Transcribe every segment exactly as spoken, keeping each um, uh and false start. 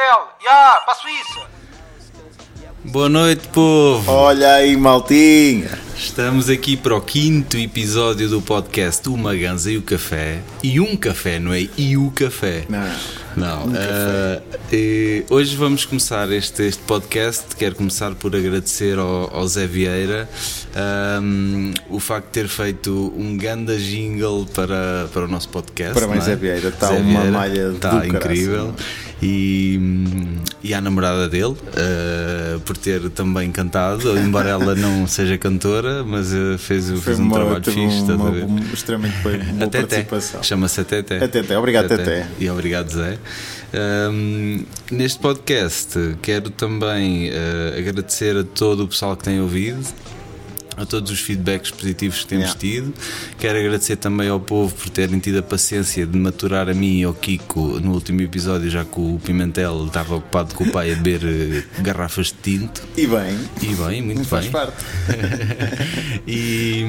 Pimentel, já, para a Suíça. Boa noite, povo. Olha aí, maltinha. Estamos aqui para o quinto episódio do podcast Uma Ganza e o Café. E um café, não é? E o café. Não. Não. Um uh, e hoje vamos começar este, este podcast. Quero começar por agradecer ao, ao Zé Vieira um, o facto de ter feito um ganda jingle para, para o nosso podcast. Parabéns, é? Zé Vieira. Está Zé uma Vieira, malha do está incrível. incrível. E, e à namorada dele uh, por ter também cantado, embora ela não seja cantora, mas uh, fez, fez um uma, trabalho fixe. Uma, uma, uma extremamente boa a participação. Chama-se a Teté. A Teté. Obrigado, Teté. Teté. E obrigado, Zé. Um, neste podcast quero também uh, agradecer a todo o pessoal que tem ouvido, a todos os feedbacks positivos que temos yeah. tido. Quero agradecer também ao povo por terem tido a paciência de maturar a mim e ao Kiko no último episódio, já que o Pimentel estava ocupado com o pai a beber uh, garrafas de tinto. E bem. E bem, muito faz bem. Faz parte. E...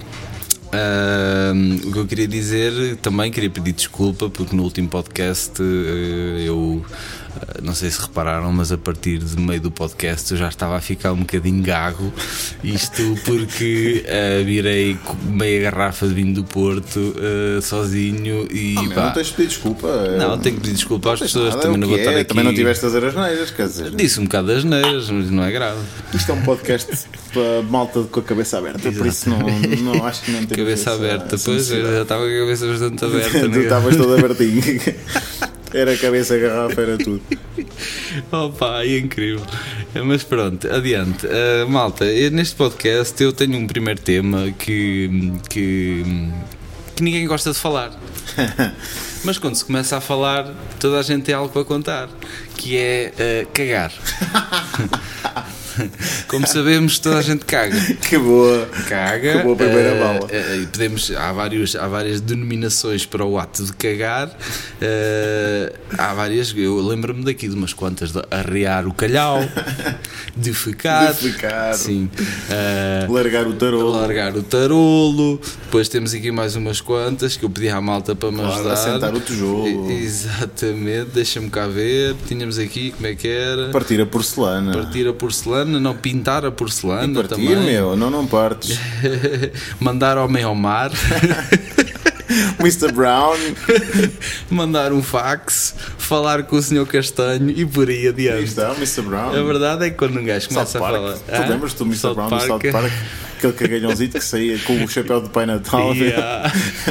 Uh, o que eu queria dizer também, queria pedir desculpa porque no último podcast uh, eu uh, não sei se repararam, mas a partir do meio do podcast eu já estava a ficar um bocadinho gago. Isto porque uh, virei meia garrafa de vinho do Porto uh, sozinho e oh, meu, não tens de pedir desculpa. Não, tenho que pedir desculpa às pessoas. Nada, também não vou estar é. aqui. Também não tiveste a fazer as neiras, quer dizer. Disse um bocado das neiras, mas não é grave. Isto é um podcast para malta com a cabeça aberta. Exato. Por isso não, não acho que não tem cabeça aberta, essa, pois eu já estava com a cabeça bastante aberta. Tu estavas todo abertinho. Era a cabeça, a garrafa, era tudo. Opa, é incrível. Mas pronto, adiante. Uh, malta, neste podcast eu tenho um primeiro tema que, que, que ninguém gosta de falar. Mas quando se começa a falar, toda a gente tem algo para contar, que é uh, cagar. Como sabemos, toda a gente caga. Que boa. Caga. Que boa primeira uh, bala. Uh, podemos, há, vários, há várias denominações para o ato de cagar. Uh, há várias. Eu lembro-me daqui de umas quantas: de arrear o calhau, defecar. Defecar. Sim. Uh, largar o tarolo. Largar o tarolo. Depois temos aqui mais umas quantas que eu pedi à malta para me claro, ajudar. Assentar o tijolo. Exatamente. Deixa-me cá ver. Tínhamos aqui, como é que era? Partir a porcelana. Partir a porcelana. Não pintar a porcelana. E partir, também. meu, não, não partes. Mandar homem ao mar. mister Brown. Mandar um fax. Falar com o senhor Castanho e por aí adiante. Está, mister Brown. A verdade é que quando um gajo começa South a Park. falar. Tu ah, lembras-te do mister South Brown Park. do South Park? Aquele cagalhãozito que saía com o chapéu de Pai Natal. Yeah.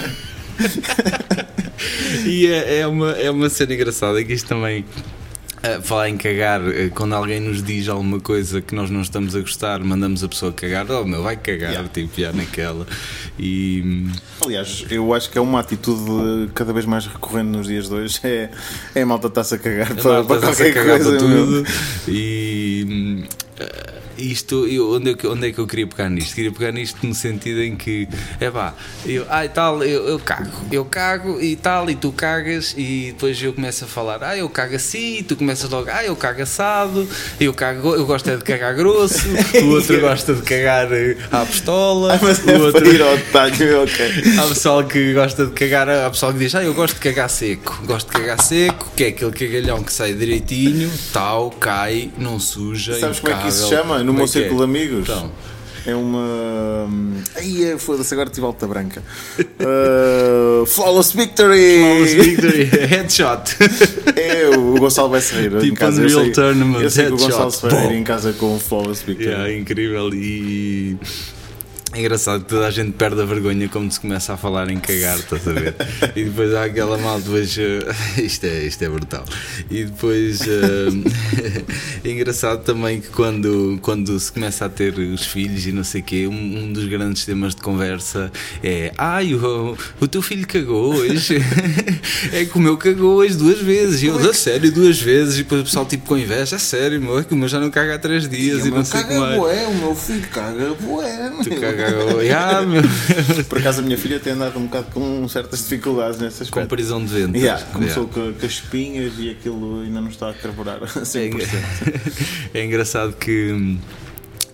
E é, é, uma, é uma cena engraçada que isto também. Uh, falar em cagar, uh, quando alguém nos diz alguma coisa que nós não estamos a gostar, mandamos a pessoa cagar, oh meu, vai cagar, yeah. tipo, já naquela. E... Aliás, eu acho que é uma atitude cada vez mais recorrente nos dias de hoje, é, é a malta está-se a cagar a para, para qualquer cagar coisa. Para tudo. E... Uh, Isto, eu, onde, é que, onde é que eu queria pegar nisto? Queria pegar nisto no sentido em que, é pá, eu, ah, e tal, eu, eu cago, eu cago e tal, e tu cagas, e depois eu começo a falar, ah, eu cago assim, e tu começas logo, ah, eu cago assado, eu, cago, eu gosto é de cagar grosso, o outro gosta de cagar à pistola, ah, mas o é outro. Para ir ao detalhe, okay. Há pessoal que gosta de cagar, há pessoal que diz, ah, eu gosto de cagar seco, gosto de cagar seco, que é aquele cagalhão que sai direitinho, tal, cai, não suja. Sabes como é que isso se chama? No como meu é círculo é? de amigos Então. É uma. Ai, foda-se, agora tive alta branca. Uh, Flawless Victory! Flawless Victory, headshot. É o Gonçalo vai se rir. Tipo em casa. Unreal Eu sei, Tournament, eu sei que o headshot. Gonçalo se vai rir em casa com o Flawless Victory. Yeah, é incrível. E. É engraçado que toda a gente perde a vergonha quando se começa a falar em cagar, estás a ver? E depois há aquela mal, depois uh, isto, é, isto é brutal. E depois uh, é engraçado também que quando, quando se começa a ter os filhos e não sei o quê, um, um dos grandes temas de conversa é ai, o, o teu filho cagou hoje. É que o meu cagou hoje duas vezes. E eu, a sério, duas vezes. E depois o pessoal tipo com inveja, é sério, meu, é que o meu já não caga há três dias. E, e não sei como é. Bué, o meu filho caga bué. Tu caga ah, meu. Por acaso a minha filha tem andado um bocado com certas dificuldades nesse aspecto. Com prisão de ventre. Yeah, começou yeah. com, com as espinhas e aquilo ainda não está a carburar a cem por cento. É, é engraçado que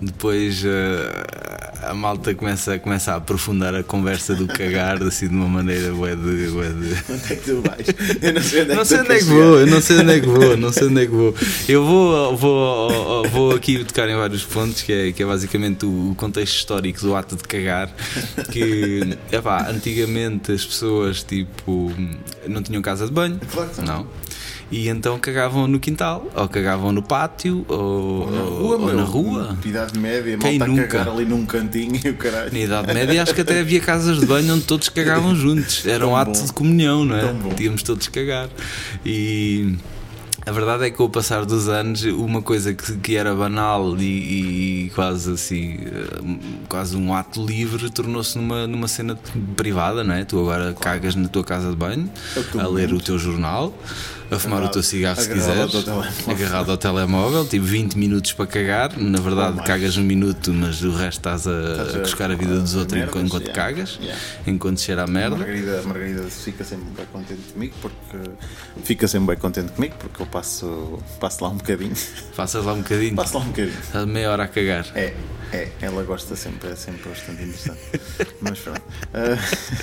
Depois uh, a malta começa, começa a aprofundar a conversa do cagar assim de uma maneira bué de, bué de... Onde é que tu vais? Eu não sei onde é Não que sei tu onde é que queres vou, chegar. eu não sei onde é que vou, não sei onde é que vou. Eu vou, vou, vou aqui tocar em vários pontos, que é, que é basicamente o contexto histórico do ato de cagar. Que, epá, antigamente as pessoas tipo não tinham casa de banho, Claro que não. não. E então cagavam no quintal, ou cagavam no pátio, ou, Ou na rua, ou meu. na rua. Idade média, Quem malta a nunca? cagar ali num cantinho e o caralho. Na Idade Média acho que até havia casas de banho onde todos cagavam juntos. Era um Tão ato bom. de comunhão, não é? Tão bom. Tínhamos todos cagar. E a verdade é que com o passar dos anos, uma coisa que, que era banal e, e quase assim, eh, quase um ato livre, tornou-se numa, numa cena privada, não é? Tu agora cagas na tua casa de banho, É o teu a ler o momento. teu jornal, a fumar Agarrado- o teu cigarro se agarrado ao quiseres, teu telemóvel. agarrado ao telemóvel, tipo vinte minutos para cagar. Na verdade, Ou mais. cagas um minuto, mas o resto estás a, Estás a a- buscar a vida dos a outros merdas, enquanto, enquanto yeah. cagas, Yeah. enquanto cheira a A merda. Margarida, a Margarida fica sempre bem contente comigo porque fica sempre bem contente comigo porque eu passo, passo lá um bocadinho. Faças lá um bocadinho, Passo lá um bocadinho. estás meia hora a cagar. É, é, ela gosta sempre, é sempre bastante interessante. Mas pronto. Ah,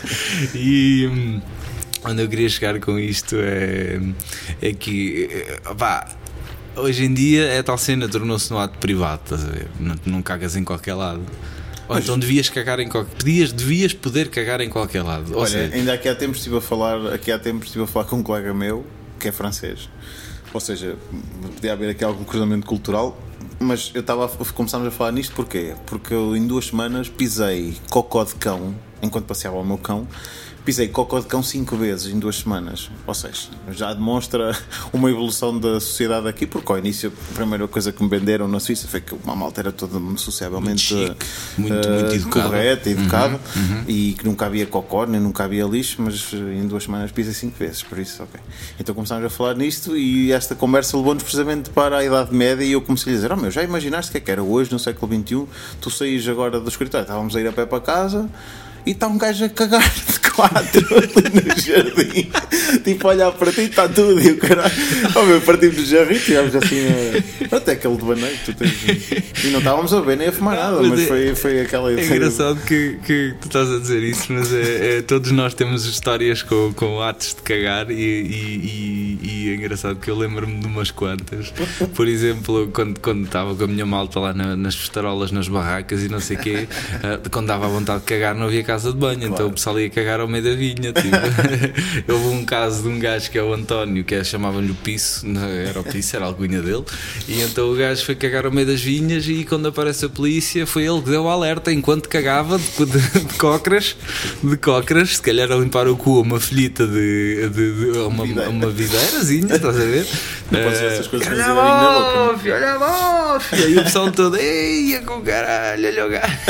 E hum, onde eu queria chegar com isto é, é que eh, pá, hoje em dia é tal cena, tornou-se num ato privado, estás a ver? Não, não cagas em qualquer lado. Ou Mas- então devias cagar em qualquer. Podias, devias poder cagar em qualquer lado. Ou olha, seja, ainda aqui há tempos estive a falar, aqui há tempos estive a falar com um colega meu que é francês. Ou seja, podia haver aqui algum cruzamento cultural, mas eu estava a, começámos a falar nisto porquê? Porque eu em duas semanas pisei cocó de cão enquanto passeava o meu cão. Pisei cocó de cão cinco vezes em duas semanas. Ou seja, já demonstra uma evolução da sociedade aqui, porque ao início a primeira coisa que me venderam na Suíça foi que uma malta era toda sociavelmente Muito chique, muito- eh, muito educada. correta, educada, e que nunca havia cocó, nem nunca havia lixo, mas eh, em duas semanas pisei cinco vezes, por isso, ok. Então começámos a falar nisto e esta conversa levou-nos precisamente para a Idade Média e eu comecei a dizer, oh meu, já imaginaste o que é que era hoje, no século vinte e um, tu saís agora do escritório, estávamos a ir a pé para casa e está um gajo a cagar de quatro ali no jardim, tipo a olhar para ti e está tudo, e o caralho, oh meu, partimos do jardim e tivemos assim, a... até aquele devaneio que tu tens, e não estávamos a ver nem a fumar nada, Mas mas é- foi, foi aquela é ideia. engraçado que, que tu estás a dizer isso, mas é, é- todos nós temos histórias com, com atos de cagar e, e- e- e é engraçado que eu lembro-me de umas quantas. Por exemplo, quando, quando estava com a minha malta lá na- nas festarolas, nas barracas e não sei o quê, eh, quando dava vontade de cagar não havia casa de banho, então o pessoal ia cagar ao meio da vinha. Tipo. Houve um caso de um gajo que é o António, que é, chamavam-lhe o Piso, não era o Piso, era a alcunha dele, e então o gajo foi cagar ao meio das vinhas e quando aparece a polícia foi ele que deu o alerta enquanto cagava de, de, de cócoras, de cócoras, se calhar a limpar o cu a uma filhita de, de, de uma, Videira. uma videirazinha, estás a ver? Não podes dizer essas coisas com olha o dedinho na boca, a bof, olha a bof! E aí o pessoal todo, ei, com caralho, olha o gajo.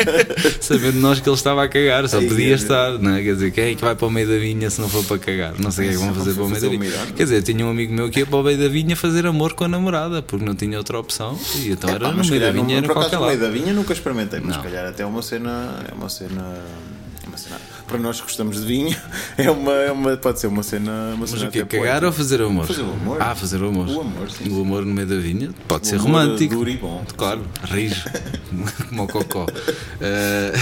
Sabendo nós que ele estava a cagar, só Ai, podia é estar, não é? Quer dizer, quem é que vai para o meio da vinha se não for para cagar? Não sei o que é que vão fazer para o meio da fazer um vinha. milagre. Quer dizer, tinha um amigo meu que ia para o meio da vinha fazer amor com a namorada, porque não tinha outra opção, e então era Pá, no mas meio da calhar, vinha, no, era por acaso, qualquer no meio lado. da vinha nunca experimentei, mas Não. se calhar até é uma cena, é uma cena, é uma cena. Para nós que gostamos de vinho, é uma, é uma pode ser uma cena, uma Mas cena o quê? até Cagar poética. ou fazer amor? Fazer o amor. Ah, fazer o amor. O amor, sim, O amor no meio da vinha pode O ser amor romântico. duro e bom. Claro, rijo, como o cocó. Eh,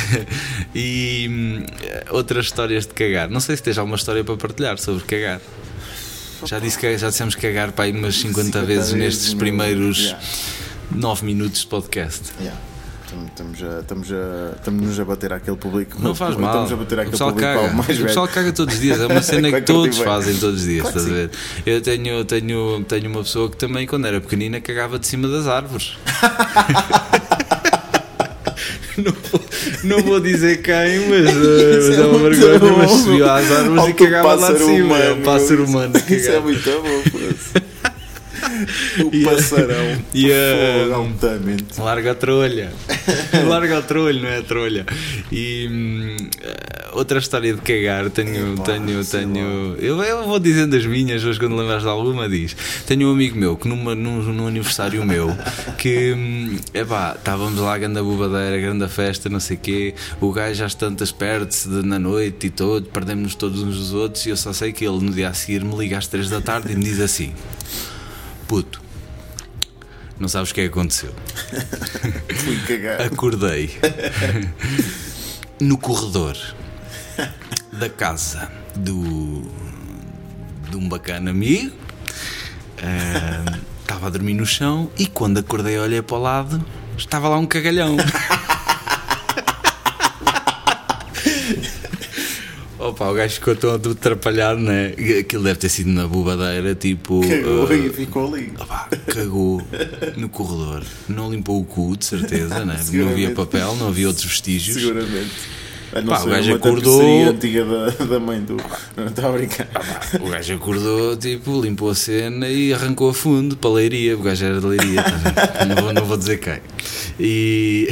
e hum, outras histórias de cagar. Não sei se tens alguma história para partilhar sobre cagar. Já, disse que, já dissemos cagar para aí umas cinquenta, cinquenta vezes vezes nestes no- primeiros Yeah. nove minutos de podcast. Yeah. Estamos a, estamos a, estamos a bater àquele público. Não faz mal. Estamos a bater O àquele pessoal público caga. mais O velho. pessoal caga todos os dias. É uma cena que Vai curtir todos bem. fazem todos os dias. Claro que Estás a ver? Eu tenho, tenho, tenho uma pessoa que também, quando era pequenina, cagava de cima das árvores. Não vou, não vou dizer quem, mas, uh, mas é uma muito vergonha. bom. Mas subiu às árvores e Alto cagava lá de pássaro cima. É humano, um pássaro isso- humano a Isso é cagar. muito bom. pô. O E a- passarão. e a- Fogo, altamente. Larga a trolha. Larga o trolho, não é a trolha. E hum, eh, outra história de cagar, tenho, Epá, tenho, sei tenho. Eu, eu vou dizendo as minhas, hoje quando lembras de alguma, diz. Tenho um amigo meu que numa, num, num aniversário meu, que hum, epá, estávamos lá, grande bobadeira, grande festa, não sei o quê. O gajo às tantas perde-se de- na noite e todo, perdemos-nos todos uns dos outros. E eu só sei que ele no dia a seguir me liga às três da tarde e me diz assim: puto, Não sabes o que é que aconteceu. Fui cagar. Acordei no corredor da casa do de um bacana amigo. Uh, estava a dormir no chão e quando acordei olhei para o lado, estava lá um cagalhão. Opa, o gajo ficou todo atrapalhado, né? Aquilo deve ter sido na bobadeira, tipo. Cagou uh, e ficou ali. Opa, cagou no corredor, não limpou o cu, de certeza, né? Não havia papel, não havia outros vestígios. Seguramente. A não Pá, ser o gajo uma acordou. tapeçaria antiga da, da mãe do. Não está a brincar. O gajo acordou, tipo, limpou a cena e arrancou a fundo para a leiria. O gajo era de leiria, tá? não, vou, não vou dizer quem. E.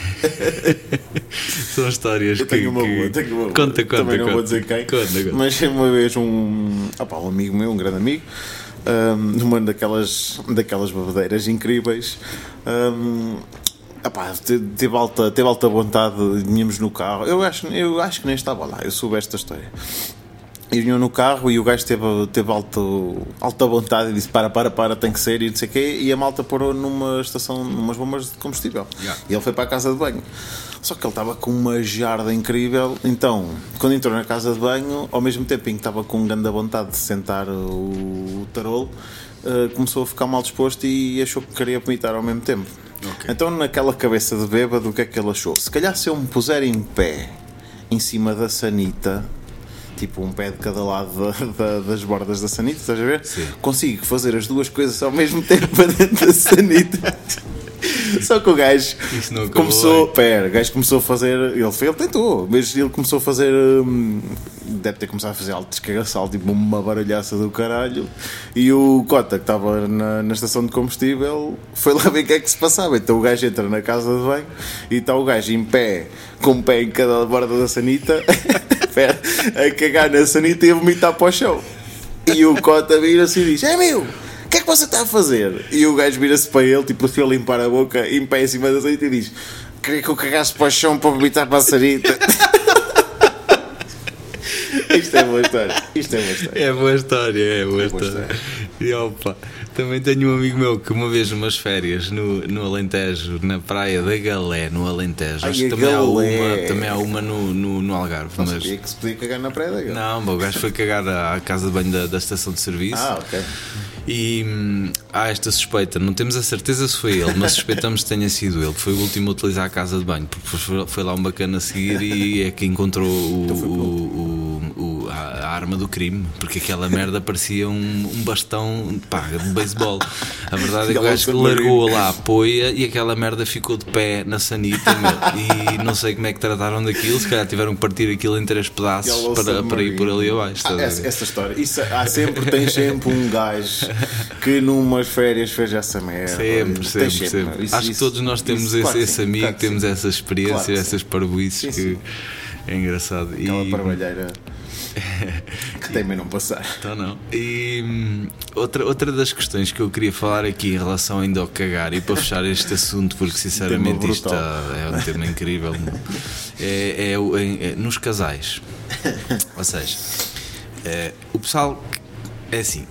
São histórias Eu que. tenho uma que... boa, tenho uma boa. Conta, conta. Também não conta. vou dizer quem. Conta, conta. Mas uma vez um. Opa, um amigo meu, um grande amigo, um, numa daquelas, daquelas babadeiras incríveis. Um, Epá, teve, alta, teve alta vontade, vinhamos no carro. Eu acho, eu acho que nem estava lá, eu soube esta história. E vinham no carro e o gajo teve, teve alto, alta vontade e disse: para, para, para, tem que ser e não sei o quê. E a malta parou numa estação, numas bombas de combustível. Yeah. E ele foi para a casa de banho. Só que ele estava com uma jarda incrível. Então, quando entrou na casa de banho, ao mesmo tempo em que estava com grande vontade de sentar o tarolo, uh, começou a ficar mal disposto e achou que queria vomitar ao mesmo tempo. Okay. Então, naquela cabeça de bêbado, o que é que ele achou? Se calhar se eu me puser em pé em cima da sanita, tipo um pé de cada lado da, da, das bordas da sanita, estás a ver? Sim. Consigo fazer as duas coisas ao mesmo tempo para dentro da sanita. Só que o gajo começou, pera, o gajo começou a fazer, ele, foi, ele tentou, mas ele começou a fazer, hum, deve ter começado a fazer alto descagaçal, tipo uma baralhaça do caralho. E o Cota, que estava na, na estação de combustível, foi lá ver o que é que se passava. Então o gajo entra na casa de banho e está o gajo em pé, com um pé em cada borda da sanita, pera, a cagar na sanita e a vomitar para o chão. E o Cota vira-se e diz: é meu, o que é que você está a fazer? E o gajo vira-se para ele, tipo assim, a limpar a boca em pé em cima da sanita e diz: queria que eu cagasse para o chão para vomitar para a sanita. Isto é boa história. Isto é boa história. É boa história, é boa, é boa história. história. E opa, também tenho um amigo meu que uma vez umas férias no, no Alentejo, na praia da Galé, no Alentejo. Ai, Acho que também há, uma, também há uma no, no, no Algarve. Não mas... sabia que se podia cagar na praia da Galé. Não, o gajo foi cagar à casa de banho da, da estação de serviço. Ah, ok. E hum, há esta suspeita, não temos a certeza se foi ele, mas suspeitamos que tenha sido ele, que foi o último a utilizar a casa de banho, porque foi, foi lá um bacana a seguir e é que encontrou o, então o, o, o, a, a arma do crime, porque aquela merda parecia um, um bastão, pá, de beisebol. A verdade é que o gajo largou lá a poia e aquela merda ficou de pé na sanita, meu, e não sei como é que trataram daquilo, se calhar tiveram que partir aquilo em três pedaços para, para ir por ali abaixo. Ah, essa, essa história, isso, há sempre, tem sempre um gajo que numas férias fez essa merda. Sempre, sempre, sempre. sempre. Isso, Acho isso, que todos nós temos isso, esse, claro esse sim, amigo, claro temos sim. Essa experiência, claro essas parvoices que sim. É engraçado. Aquela e... parvalheira que tem a não passar. Então não. E hum, outra, outra das questões que eu queria falar aqui em relação ainda ao cagar e para fechar este assunto, porque sinceramente isto é um tema incrível, é, é, é, é nos casais. Ou seja, é, o pessoal é assim.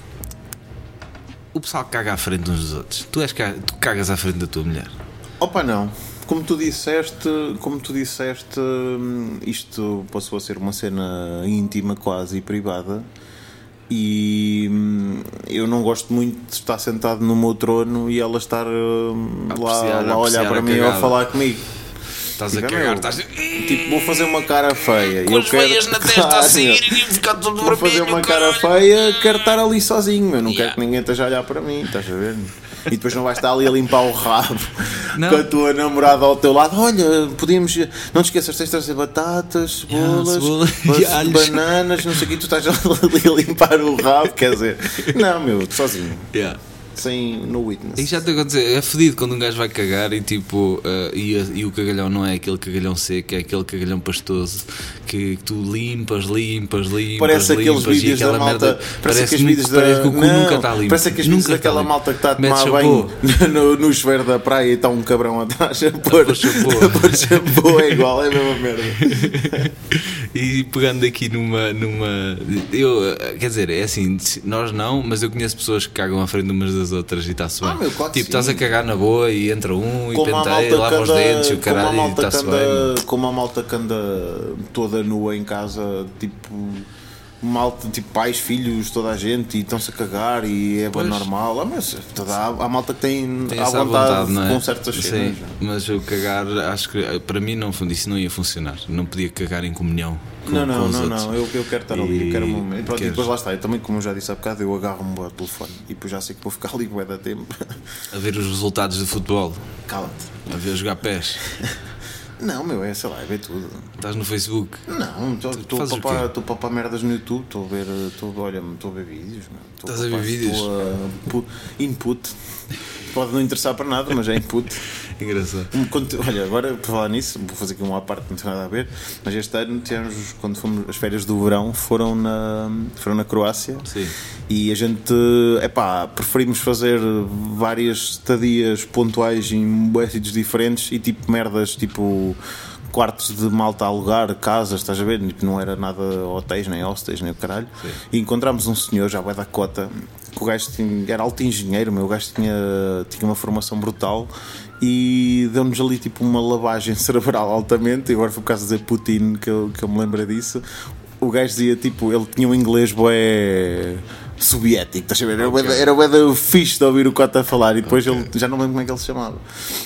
O pessoal caga à frente uns dos outros. Tu, és, tu cagas à frente da tua mulher? Opa, não. Como tu disseste, como tu disseste, isto passou a ser uma cena íntima quase e privada. E eu não gosto muito de estar sentado no meu trono e ela estar a lá, apreciar, lá a olhar para a mim ou a falar comigo. Estás tipo, a cagar, estás... Tipo, vou fazer uma cara feia. Com eu as quero... veias na testa claro, a seguir e ficar todo Vou fazer uma cara feia, quero estar ali sozinho. Eu não yeah. quero que ninguém esteja a olhar para mim, estás a ver? E depois não vais estar ali a limpar o rabo não. com a tua namorada ao teu lado. Olha, podíamos. Não te esqueças, tens de trazer batatas, cebolas, yeah, bananas, não sei o que. Tu estás ali a limpar o rabo, quer dizer, não, meu, sozinho. Yeah. Sem no witness. E já te aconteceu, é fedido quando um gajo vai cagar e tipo uh, e, e o cagalhão não é aquele cagalhão seco, é aquele cagalhão pastoso que, que tu limpas, limpas, limpas, parece limpas, aqueles vídeos da malta, merda, parece, parece, aqueles vídeos da, parece que o cu não, nunca está limpo, parece aqueles vídeos daquela malta que está a tomar banho no, no chuveiro da praia e está um cabrão atrás a pôr shampoo, é igual, é a mesma merda. E pegando aqui numa, numa. Eu, quer dizer, é assim, nós não, mas eu conheço pessoas que cagam à frente umas das outras e está-se bem. Ah, meu, claro que tipo, estás a cagar na boa e entra um e Como a penteia, malta lava que os anda- dentes e o como a caralho e malta que está-se anda- bem. Como a malta que anda toda nua em casa, tipo. Malta, tipo pais, filhos, toda a gente, e estão-se a cagar e é bem Pois. normal. Ah, mas toda, há, há malta que tem, Tem à essa vontade, vontade, não é? com certas Sim, cenas. mas eu cagar, acho que para mim não, isso não ia funcionar. Não podia cagar em comunhão com, Não, com não, os não, outros. não, eu, eu quero estar ali, eu quero um momento. E pronto, e queres? depois lá está, eu também, como eu já disse há bocado, eu agarro-me ao telefone e depois já sei que vou ficar ali bué da tempo. A ver os resultados do futebol, Cala-te. a ver jogar pés. Não, meu, é sei lá, é ver tudo. Estás no Facebook. Não, estou a fazes o papar, quê? estou a papar merdas no YouTube, estou a ver, estou olha, estou a ver vídeos, meu. Estou Estás a ver papar, vídeos? Estou a pu- input. Pode não interessar para nada, mas é input. Engraçado. Um, quando- Olha, agora por falar nisso, vou fazer aqui uma à parte que não tem nada a ver, mas este ano tivemos, quando fomos, as férias do verão foram na, foram na Croácia. Sim. E a gente, epá, preferimos fazer várias estadias pontuais em bué sítios diferentes e tipo merdas, tipo quartos de malta a alugar, casas, estás a ver? Tipo, não era nada hotéis, nem hostels, nem o caralho. Sim. E encontramos um senhor, já bué da cota, que o gajo tinha, era alto engenheiro, meu, o gajo tinha, tinha uma formação brutal e deu-nos ali tipo uma lavagem cerebral altamente, e agora foi por causa de dizer Putin que eu, que eu me lembro disso. O gajo dizia tipo, ele tinha um inglês bué soviético, estás a ver? Era Ok. bué da- era bué da fixe de ouvir o Cota falar, e depois Ok. ele, já não lembro como é que ele se chamava.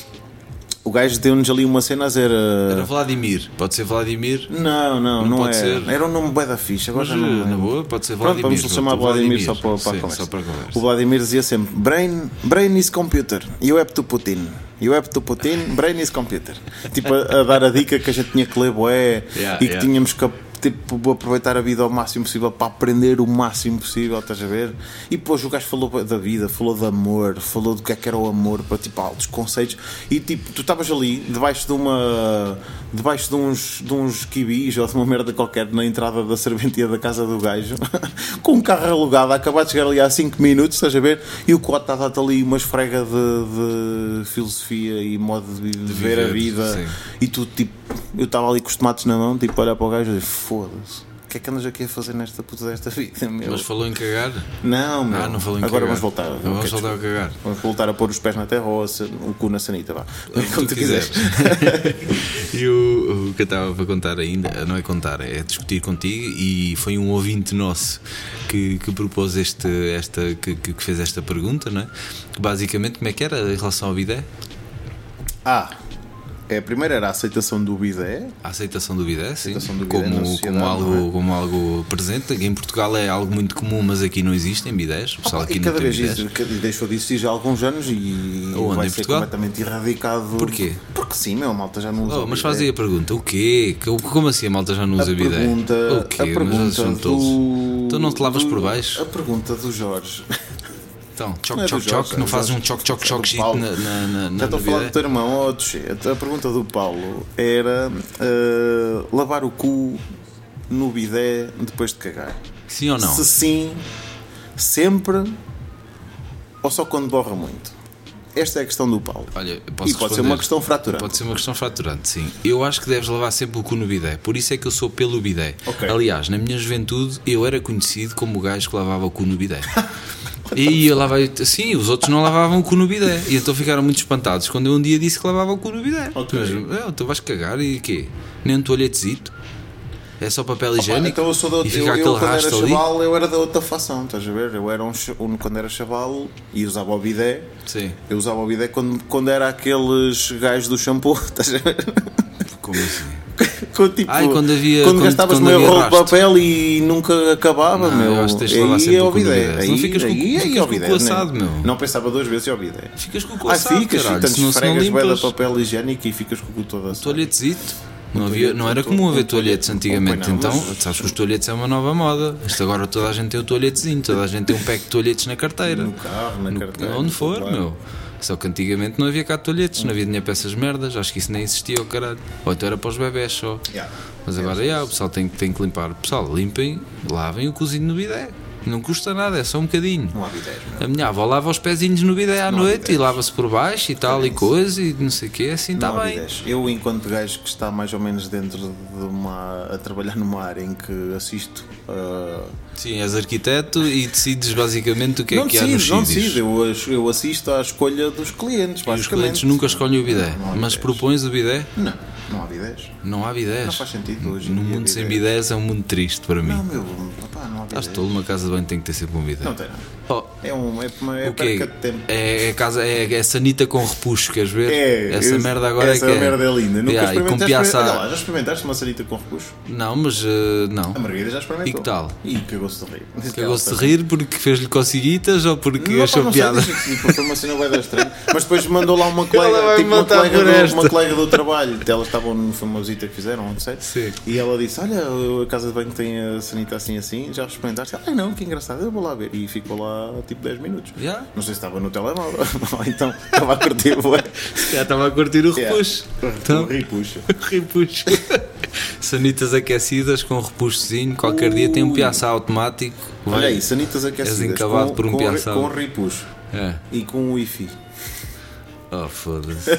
O gajo deu-nos ali uma cena a dizer. uh, Era Vladimir. Pode ser Vladimir. Não, não, não, pode é. ser? Era um nome bué da fixe, agora Mas já não me na lembro. boa, pode ser Pronto, Vladimir. vamos lhe chamar pronto, Vladimir só para, para a Sim, conversa. só para a conversa. O Vladimir dizia sempre: Brain, brain is computer, you have to Putin. You have to Putin, brain is computer. Tipo, a, a dar a dica que a gente tinha que ler bué Yeah, e que yeah. tínhamos que tipo, aproveitar a vida ao máximo possível para aprender o máximo possível, estás a ver? E depois o gajo falou da vida, falou de amor, falou do que é que era o amor, para tipo altos conceitos. E tipo, tu estavas ali debaixo de uma. debaixo de uns, de uns quibis ou de uma merda qualquer na entrada da serventia da casa do gajo, com um carro alugado, a acabar de chegar ali há cinco minutos, estás a ver? E o Cota está a dar ali uma esfrega de, de filosofia e modo de, de ver a viver, vida. sim. E tu, tipo, eu estava ali com os tomates na mão, tipo, a olhar para o gajo e dizer: foda-se, o que é que andas aqui a fazer nesta puta desta vida, meu? Mas falou em cagar? Não, meu. Ah, não falou em Agora cagar. vamos voltar. Vamos Ok, voltar a desculpa. cagar. Vamos voltar a pôr os pés na terra ou a sa- o cu na sanita, vá. Como tu quiseres. E o, o que eu estava para contar ainda, não é contar, é discutir contigo, e foi um ouvinte nosso que, que propôs este, esta, que, que fez esta pergunta, não é? Que basicamente, como é que era em relação ao bidé? Ah, é, a primeira era a aceitação do bidé. A aceitação do bidé, sim, Aceitação do bidé na como, sociedade, como, algo, não é? como algo presente. Aqui em Portugal é algo muito comum, mas aqui não existem bidés. O pessoal Opa, aqui e não cada tem vez bidés. isso, cada- deixou de existir já há alguns anos e Aonde, vai em ser Portugal? completamente erradicado. Porquê? Porque sim, meu, a malta já não usa Oh, o mas bidé. faz aí a pergunta, o quê? Que- Como assim a malta já não A usa bidé? pergunta, O quê? a Mas pergunta são do... todos. Então não te lavas do- por baixo? A pergunta do Jorge. Então, Não choc, é do choc, Jorge, choc, é não do fazes um Jorge. choc, choc, É choc do shit Paulo. na, na, na, na Já estou a falar do bidé? teu irmão, oh, tchê. A pergunta do Paulo era eh, lavar o cu no bidé depois de cagar. Sim ou não? Se sim, sempre ou só quando borra muito? Esta é a questão do Paulo. Olha, posso E pode ser responder? uma questão fraturante. Pode ser uma questão fraturante, sim. Eu acho que deves lavar sempre o cu no bidé. Por isso é que eu sou pelo bidé. Ok. Aliás, na minha juventude, eu era conhecido como o gajo que lavava o cu no bidé. E eu lavava, sim, os outros não lavavam o cu no bidé. E então ficaram muito espantados quando eu um dia disse que lavava o cu no bidé. Ok. Mas, "Ah, tu vais cagar e quê? Nem um toalhetezito? É só papel Opa, higiênico? então eu sou da e outra, fica eu, eu aquele quando era rastro ali? chaval eu era da outra facção, estás a ver? Eu era um, ch- um- quando era chaval e usava o bidé. Sim. Eu usava o bidé quando, quando era aqueles gajos do shampoo, estás a ver? Como assim? Quando, tipo, Ai, quando havia- quando quando- gastavas quando meio havia rolo de rastro. papel e nunca acabava, Não, meu. eu acho que tens de lavar Aí sempre é o o cu no bidé. bidé. Aí, Senão ficas com o cu- aí, aí ficas é o com o bidé, cu assado, né? meu. Não pensava duas vezes e ao bidé. Ficas com o cu Ah, assado, ficas, caralho. tanto Senão, se não esfregas bué de limpas. papel higiênico e ficas com o cu todo assado. Toalhetezito. Não, Um havia, toalhete, não era um to- comum um haver toalhete. toalhetes antigamente. Pois não, Então, mas- sabes que os toalhetes é uma nova moda. Isto agora toda a gente tem o toalhetezinho, toda a gente tem um pack de toalhetes na carteira. No carro, na No- carteira. Onde for, claro. meu. Só que antigamente não havia cá toalhetes, não havia dinheiro para essas merdas. Acho que isso nem existia, o caralho. Ou então era para os bebés só. Yeah. Mas agora, yeah, o pessoal tem, tem que limpar. Pessoal, limpem, lavem o cozinho no bidé. Não custa nada, é só um bocadinho. Não há bidés, meu. A minha avó lava os pezinhos no bidé à Não há noite bidés. e lava-se por baixo e tal e coisa e não sei o quê, assim está Não há bem. bidés. Eu, enquanto gajo que está mais ou menos dentro de uma. a trabalhar numa área em que assisto. Uh, Sim, és arquiteto e decides basicamente o que é não que há decido, nos não sítios. decido. Eu, eu assisto à escolha dos clientes, E os basicamente. clientes nunca escolhem o bidé, Não, não há mas bidés. propões o bidé? Não, não há bidés. Não há bidés. Não faz sentido hoje em No dia mundo sem bidés. bidés é um mundo triste para mim. Não, meu, opá, não há bidés. Estás tolo, uma casa de banho tem que ter sempre um bidé. Não tem nada. Oh, É, um, é, uma, é o quê? perca de tempo. É, é, casa, é, é sanita com repuxo, queres ver? É, essa eu- merda agora essa é que merda é linda. Nunca Yeah, e com experimentaste. piaça- Olha lá, já experimentaste uma sanita com repuxo? Não, mas uh, não. A Margarida já experimentou. E que tal? E cagou-se de rir. Cagou-se de rir porque fez-lhe cociguitas ou porque Não, pá, achou não sei, piada? deixa que sim, porque foi uma cena bué da estranha. Mas depois mandou lá uma colega, Ela vai tipo uma matar colega, por do, esta. uma colega do trabalho. Elas estavam, foi uma visita que fizeram, não sei. Sim. E ela disse: Olha, a casa de banho tem a sanita assim assim, já experimentaste? Ah, não, que engraçado, eu vou lá ver. E ficou lá tipo dez minutos. Já? Não sei se estava no telemóvel, ou então estava a curtir bué. Já estava a curtir o Yeah. repuxo. Então, repuxa. Repuxo. Sanitas aquecidas com repuxozinho. Qualquer dia tem um Ui. piaçá automático. Olha Vai. aí, sanitas aquecidas encavado com, por um com, piaçal. com repuxo É. e com Wi-Fi. Oh, foda-se.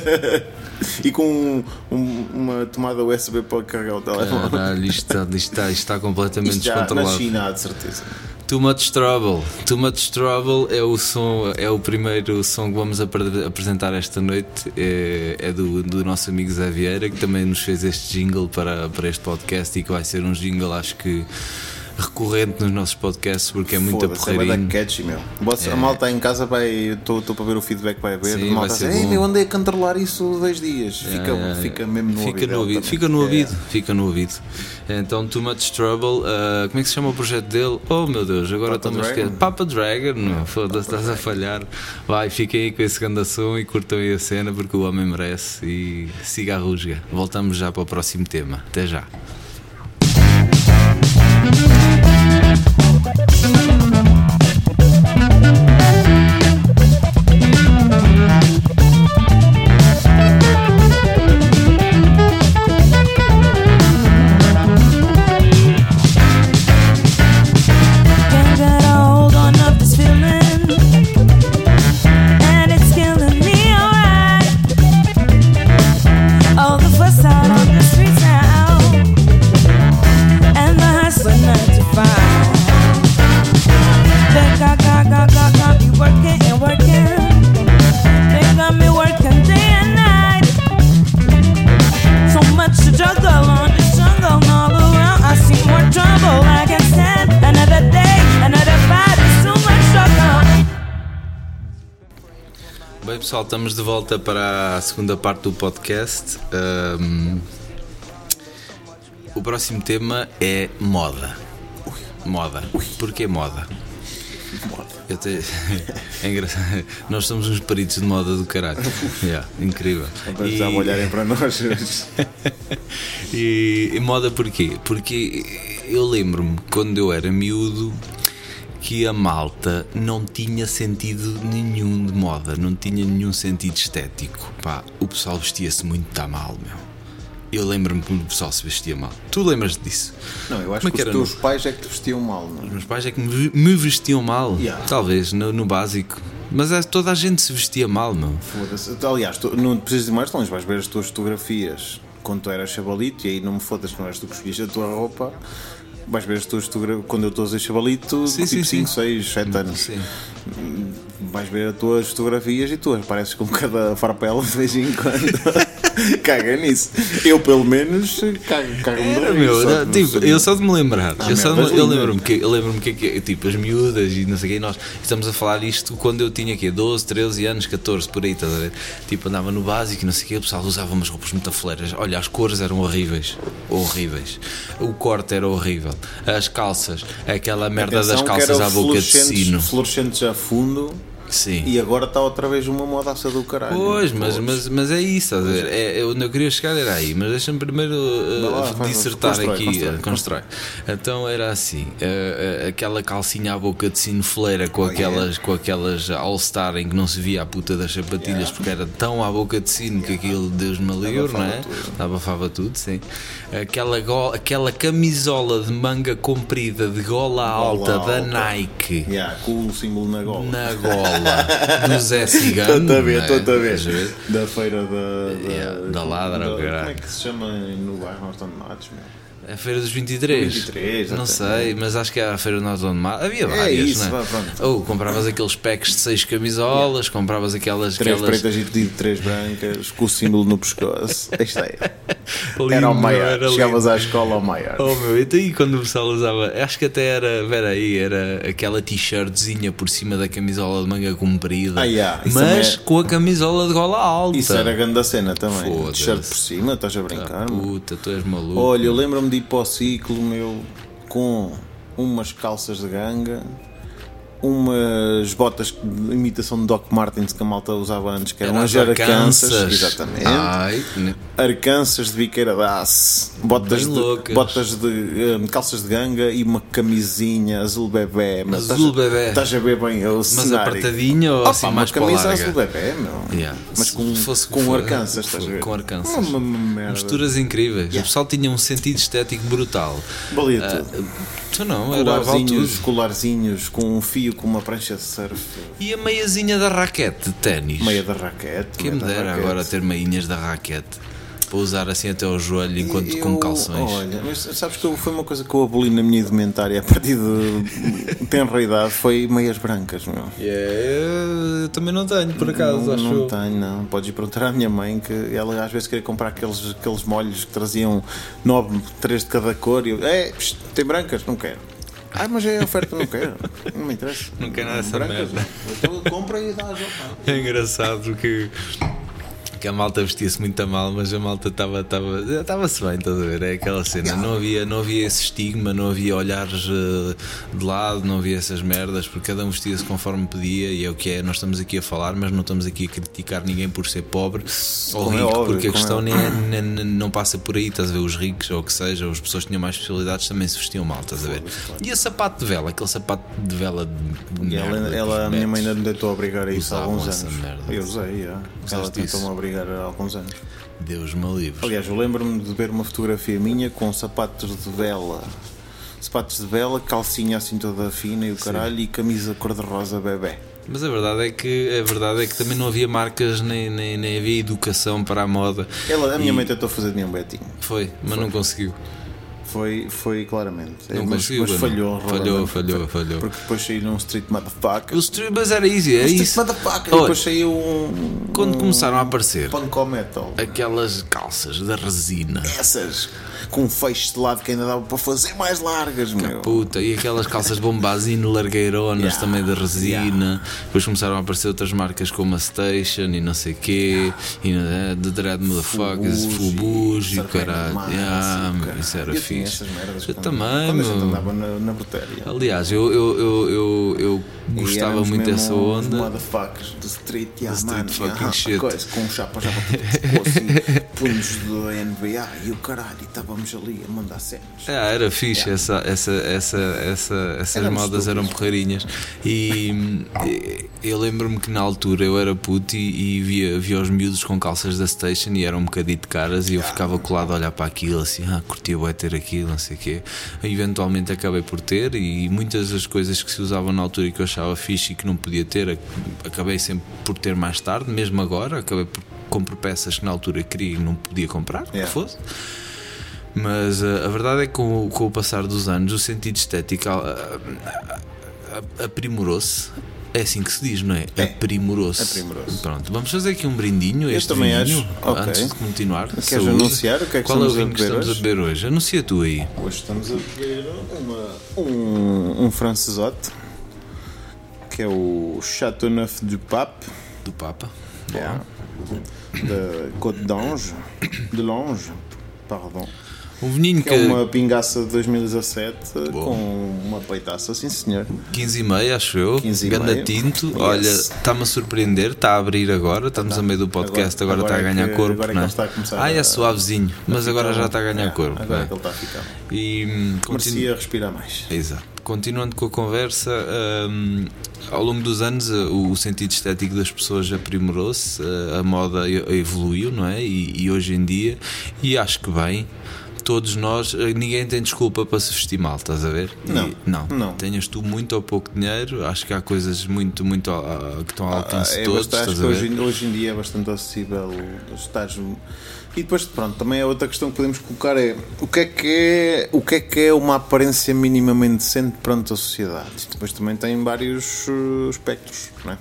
E com um- um- uma tomada U S B para carregar o telemóvel. Caralho, isto está, isto está, isto está completamente Isto já na descontrolado. China há de certeza. Too Much Trouble. Too Much Trouble é o som, é o primeiro som que vamos apre- apresentar esta noite. É, é do, do nosso amigo Zé Vieira, que também nos fez este jingle para, para este podcast e que vai ser um jingle, acho que recorrente nos nossos podcasts, porque é muito Foda-se, é bué da porreirinho. catchy, meu. Você- É. A malta em casa vai. Estou para ver o feedback que vai haver. Sim, A malta vai ser diz, Ei, bom. meu, andei a cantarolar isso dois dias. Fica, É, é, fica mesmo no fica ouvido. no ouvido, também. fica no É. ouvido, fica no ouvido. Então, Too Much Trouble, uh, como é que se chama o projeto dele? Oh meu Deus, agora Papa estou-me a esquecer. Dragon? Papa Dragon, não, foda-se, estás a falhar. Vai, fiquem aí com esse grande som e curtam aí a cena porque o homem merece e siga a rusga. Voltamos já para o próximo tema. Até já. Can't get a hold on of this feeling, and it's killing me, alright. All the fuss out on the streets now, and the hustle nine to five. They got, got, got, got, got me working and working. They got me working day and night. So much to juggle on this jungle, and all around I see more trouble. I can't stand another day, another fight. It's too much struggle. Bem pessoal, estamos de volta para a segunda parte do podcast. Ahm, o próximo tema é moda. Moda. Porquê moda? Eu te... É engraçado. Nós somos uns peritos de moda do caralho. Yeah, incrível. Para já olharem para nós. E, e moda porquê? Porque eu lembro-me quando eu era miúdo que a malta não tinha sentido nenhum de moda, não tinha nenhum sentido estético. Pá, o pessoal vestia-se muito tá mal, meu. Eu lembro-me que o pessoal se vestia mal. Tu lembras disso? Não, eu acho Como é que, que os era teus pais é que te vestiam mal, não? Os meus pais é que me, me vestiam mal. Yeah. Talvez, no, no básico. Mas é, toda a gente se vestia mal, meu. Foda-se. Aliás, tu, não precisas de mais longe, vais ver as tuas fotografias quando tu eras chabalito, e aí não me fodas, não és tu que escolheste a tua roupa. Vais ver as tuas fotografias quando eu estou a ser chabalito, Sim, tipo sim, sim. cinco, seis, sete anos. Sim. Vais ver as tuas fotografias e tu apareces com cada farpela de vez em quando. Caga nisso. Eu, pelo menos, cago, cago-me de Era, rir, meu, só era, que tipo, não sei. eu só de me lembrar, Ah, eu, só de merdas me- eu lindas. lembro-me que, eu lembro-me que, que tipo as miúdas e não sei o quê, nós estamos a falar isto quando eu tinha aqui doze, treze anos, catorze, por aí, estás a ver? Tipo, andava no básico e não sei o quê, o pessoal usava umas roupas muito afoleiras. Olha, as cores eram horríveis, horríveis. O corte era horrível. As calças, aquela merda Atenção das que calças era à boca de fluorescentes- sino. Fluorescentes a fundo Sim. E agora está outra vez uma modaça do caralho. Pois, mas, Pois. mas, mas é isso, estás a ver? É, é onde eu queria chegar era aí, mas deixa-me primeiro uh, Vai lá, faz- dissertar constrói, aqui, constrói, uh, constrói. Então era assim, uh, uh, aquela calcinha à boca de sinofleira com, Oh, aquelas, yeah. com aquelas All-Star em que não se via a puta das sapatilhas Yeah. porque era tão à boca de sino que aquilo, Deus me livre, não é? Abafava tudo. Abafava tudo, sim. Aquela, go- aquela camisola de manga comprida de gola alta da alta. Nike. Yeah, com o símbolo na gola. Na gola do Zé Cigano. Estou a ver, não é? estou a ver. Estás a ver? Da feira da. da, Yeah, da Ladra, da- o caralho. Como é que se chama no bairro Norte de Matos, meu? A Feira dos vinte e três. vinte e três, não exatamente. sei, mas acho que era a Feira do Norte de Mar. Havia várias, isso, não é? vá, pronto. Ou compravas aqueles packs de seis camisolas, compravas aquelas. Três aquelas... pretas e de três brancas, com o símbolo no pescoço. Isto é. Lindo, Era o maior. era Chegavas lindo. à escola ao maior. Oh meu, então aí quando o pessoal usava, acho que até era, vera aí, era aquela t-shirtzinha por cima da camisola de manga comprida, Ah, yeah, isso mas também é- com a camisola de gola alta. Isso era grande a cena também. Foda-se. T-shirt por cima, estás a brincar? meu? Puta, tu és maluco. Olha, eu lembro-me de ir para o ciclo, meu, com umas calças de ganga, umas botas de imitação de Doc Martens que a malta usava antes, que eram Eram as as arcansas, Arkansas. exatamente. Ai, ne- Arcansas de biqueira de aço, botas, Bem de, loucas. botas de hum, calças de ganga e uma camisinha azul bebê. Mas Azul estás, bebé. Estás a ver bem o mas cenário. apertadinho ou Opa, assim uma mais para camisa larga? azul bebê, meu. Yeah. Mas Se com, fosse- com for- arcansas, estás a ver? com arcansas. Uma, uma merda. Misturas incríveis. O pessoal tinha um sentido estético brutal. Valia Ah, tudo. tu não, era vale Colarzinhos, tudo. colarzinhos com um fio com uma prancha de surf, E a meiazinha da raquete de ténis. meia da raquete. Quem meia me da dera raquete. agora ter meinhas da raquete para usar assim até ao joelho enquanto Eu- com calções. Olha, mas sabes que eu- foi uma coisa que eu aboli na minha indumentária a partir de tenra idade, foi meias brancas, meu. Yeah, eu também não tenho, por acaso, não, acho não eu. tenho, não. Podes ir perguntar à minha mãe que ela às vezes queria comprar aqueles, aqueles molhos que traziam nove, três de cada cor e eu, é, psh, tem brancas? Não quero. Ah, mas é oferta, não quero. Não me interessa. Não quero nada dessa Brancas, merda. então compra e dá ao pai. É engraçado porque que a malta vestia-se muito a mal, mas a malta estava estava estava-se bem, estás a ver? É aquela cena, não havia, não havia esse estigma, não havia olhares uh, de lado, não havia essas merdas, porque cada um vestia-se conforme podia e é o que é. Nós estamos aqui a falar, mas não estamos aqui a criticar ninguém por ser pobre ou Como é rico, óbvio, porque a como questão é nem, é- nem- nem- não passa por aí, estás a ver? Os ricos ou o que seja, ou as pessoas que tinham mais possibilidades também se vestiam mal, estás a ver? E a sapato de vela, aquele sapato de vela de E ela, merda, ela, a dos minha mãe metros. ainda me tentou obrigar a isso há Usavam alguns essa anos. merda. Eu usei, já. Ela Usaste isso? tentou-me obrigar há alguns anos. Deus me livre. Aliás, eu lembro-me de ver uma fotografia minha com sapatos de vela. Sapatos de vela, calcinha assim toda fina e o caralho, e camisa cor-de-rosa bebê. Mas a verdade é que a verdade é que também não havia marcas nem, nem, nem havia educação para a moda. Ela, a minha E mãe tentou fazer de mim um betinho. Foi, mas não conseguiu. Foi, foi claramente. Não mas, conseguiu, mas não. falhou, Falhou, realmente. falhou, falhou. Porque depois saiu num Street Motherfucker. O street, mas era easy, é Street isso. Motherfucker. E Olha, depois saiu um. quando um começaram a aparecer Punk metal. aquelas calças da resina, Essas com um fecho de lado que ainda dava para fazer mais largas, meu. puta, e aquelas calças bombazine largueironas Yeah, também da resina. Depois começaram a aparecer outras marcas como a Station e não sei quê, e uh, The Dread Motherfuckers, Fubuji e o caralho. Massa, Yeah, caralho. isso era eu tinha fixe. essas merdas Eu quando- também, Quando a gente meu. andava na, na Brutéria. Aliás, eu, eu, eu, eu, eu E gostava éramos muito mesmo dessa uns onda. motherfuckers do street, yeah, street mano, fucking yeah, shit. coisa, com chapa já para tudo assim, punhos do N B A e o caralho, e estávamos ali a mandar cenas. Ah, era fixe, essa, essa, essa, essa, essas Éramos modas eram estúpidos. porreirinhas. E e eu lembro-me que na altura eu era puto e, e via, via os miúdos com calças da Station e eram um bocadinho de caras e eu ficava colado a olhar para aquilo assim, ah, curtia bué ter aquilo, não sei o quê. Eventualmente acabei por ter e muitas das coisas que se usavam na altura e que eu achava fixe e que não podia ter, acabei sempre por ter mais tarde, mesmo agora, acabei por comprar peças que na altura queria e não podia comprar, que Yeah. fosse. Mas uh, a verdade é que com, o- com o passar dos anos o sentido estético uh, uh, aprimorou-se. É assim que se diz, não é? É. Aprimorou-se. Aprimorou-se. Pronto, vamos fazer aqui um brindinho. Eu Este também vinho, acho. Ok. antes de continuar. Queres Saúde. anunciar o que é que Qual é o estamos a vinho que beber estamos hoje? a beber hoje? Anuncia tu aí. Hoje estamos a beber uma, um, um francesote que é o Châteauneuf du Pape, Do Papa. yeah, da Côte d'Ange, de Lange, pardon. Um vinhinho Que que é uma pingaça de dois mil e dezassete com uma peitaça, sim senhor. quinze e meio, acho eu. quinze e Ganda meio. tinto. Yes. Olha, está-me a surpreender. Está a abrir agora. Estamos a meio do podcast. Agora, Agora- está a agora ganhar é que- corpo. agora é que não é? ele está a começar Ah, é a- suavezinho. Mas agora já está a ganhar É, corpo. Agora não é é? que ele está a ficar. E hum, continu- Merecia respirar mais. Exato. Continuando com a conversa, hum, ao longo dos anos uh, o sentido estético das pessoas aprimorou-se, uh, a moda e- evoluiu, não é? E, e hoje em dia, e acho que bem, todos nós, uh, ninguém tem desculpa para se vestir mal, estás a ver? E- Não, não. não. Tenhas tu muito ou pouco dinheiro, acho que há coisas muito, muito uh, que estão ao alcance de é todos, bastante, acho estás que a hoje, ver? hoje em dia é bastante acessível estás. E depois, pronto, também é outra questão que podemos colocar é o que é que é, o que é, que é uma aparência minimamente decente perante a sociedade. Isto depois também tem vários uh, aspectos, não é?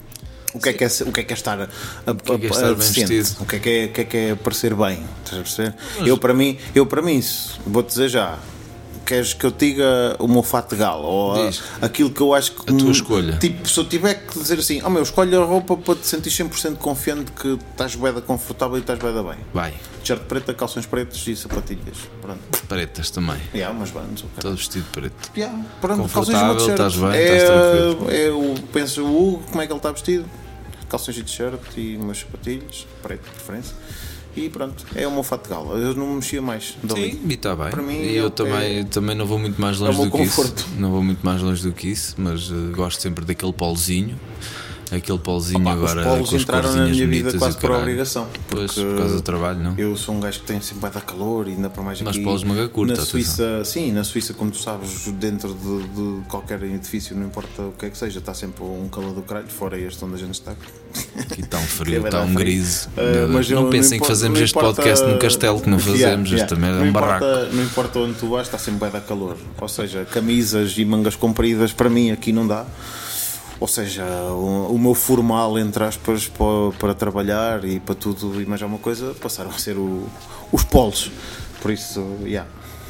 O que é que é, o que é, que é estar, a, a, que é que é a- estar a bem decente? vestido? O que é que é, o que é, que é parecer bem? Estás a perceber? Eu para mim, eu para mim, isso, vou-te dizer já. Queres que eu te diga o meu fato de gala ou a- Diz. aquilo que eu acho que. A tua escolha. Tipo, se eu tiver que dizer assim, oh meu, escolhe a roupa para te sentir cem por cento confiante que estás bué da confortável e estás bué da bem. Vai, T-shirt preta, calções pretos e sapatilhas. Pronto. pretas também. E há umas bandas. ok. Todo vestido de preto. Yeah, pronto, Confortável, calções e uma t-shirt. estás bem, é, estás tranquilo. é o, penso o Hugo, como é que ele está vestido? Calções e t-shirt e umas sapatilhas, preto de preferência. E pronto, é o meu fato de gala. Eu não me mexia mais dali. Sim, e está bem. Para mim e é eu o que também, é- também não vou muito mais é o longe meu do que conforto. isso. Não vou muito mais longe do que isso, mas eh, gosto sempre daquele polozinho. Aquele polozinho Opa, agora os polos com as entraram na corzinhas minha vida bonitas quase e o por caralho. obrigação. Pois, porque por causa do trabalho, não? Eu sou um gajo que tem sempre vai dar calor e ainda para mais Mas aqui polos manga curta, na atenção. Suíça, sim, na Suíça, como tu sabes, dentro de, de qualquer edifício, não importa o que é que seja, está sempre um calor do caralho, fora este onde a gente está. Aqui está um Que frio, vai está dar um frio. grise. Uh, Meu mas Deus. eu- não pensem que importa- fazemos não este importa- podcast num castelo, que não fazemos. Yeah, yeah. Esta merda é Não um barraco. importa- Não importa onde tu vais, está sempre vai dar calor. Ou seja, camisas e mangas compridas, para mim aqui não dá. Ou seja, o, o meu formal, entre aspas, para, para trabalhar e para tudo e mais alguma coisa, passaram a ser o- os polos. Por isso, yeah.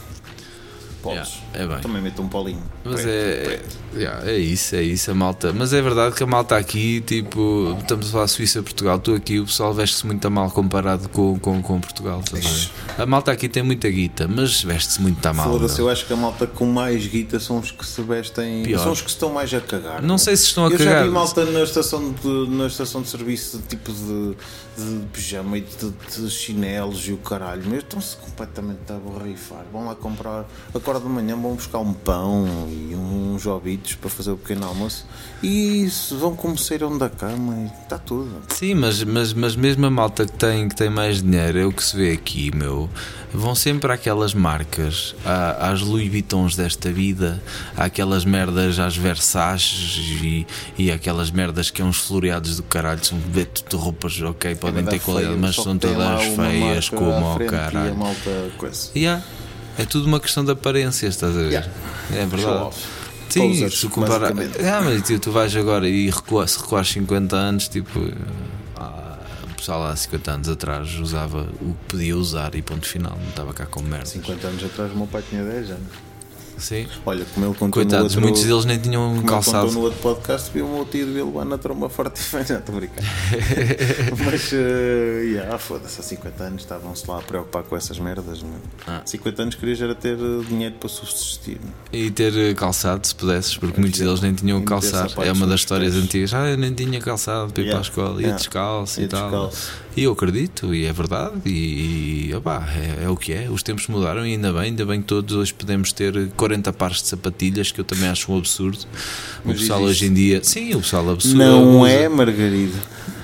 Polos. Yeah, é bem. Também meto um polinho. Mas Preto, é, preto. é, yeah, é isso, é isso, a malta. Mas é verdade que a malta aqui, tipo, estamos a falar Suíça, Portugal, tu aqui, o pessoal veste-se muito a mal comparado com, com, com Portugal. Estás a ver? A malta aqui tem muita guita, mas veste-se muito a mal. Foda-se, meu. eu acho que a malta com mais guita são os que se vestem. Pior. São os que estão mais a cagar. Não sei se estão a eu cagar. já vi malta na estação de, na estação de serviço, tipo de, de pijama e de, de chinelos e o caralho, mas estão-se completamente a borrifar. Vão lá comprar, acorda de manhã, vão buscar um pão e uns ovitos para fazer o pequeno almoço e se vão como saíram da cama e está tudo. Sim, mas, mas, mas mesmo a malta que tem, que tem mais dinheiro, é o que se vê aqui, meu. Vão sempre àquelas marcas, à- às Louis Vuittons desta vida, àquelas merdas às Versace e, e aquelas merdas que é uns floreados do caralho, são beto de roupas, ok, podem Mas ter é qualidade, feio, mas só são que tem lá todas uma feias marca como à ao frente e a caralho. malta coisa. Yeah. É tudo uma questão de aparência, estás a ver? Yeah. É Show verdade. off. Sim, Posers, se comparar. basicamente. Ah, mas tu, tu vais agora e recua, se recuares cinquenta anos, tipo. ah, o pessoal há cinquenta anos atrás usava o que podia usar e ponto final, não estava cá com merda. cinquenta anos atrás o meu pai tinha dez anos. Sim. Olha, como ele contou Coitados, no outro, muitos deles nem tinham como ele calçado. contou no outro podcast, viu o meu tio de levar na tromba forte e feia, estou a brincar. Mas, uh, yeah, foda-se, há cinquenta anos estavam-se lá a preocupar com essas merdas. Meu. Ah. cinquenta anos querias era ter uh, dinheiro para subsistir. E ter eh, calçado, se pudesses, porque muitos deles nem tinham E meter calçado. sapatos É uma das nos histórias pés. antigas. Ah, eu nem tinha calçado para ir Yeah. para a escola, ia Yeah. descalço Ia e tal. descalço. E eu acredito, e é verdade, e, e opá, é, é o que é. Os tempos mudaram e ainda bem, ainda bem que todos hoje podemos ter quarenta pares de sapatilhas, que eu também acho um absurdo. O Mas pessoal existe. hoje em dia, sim, o pessoal absurdo. Não usa- é, Margarida?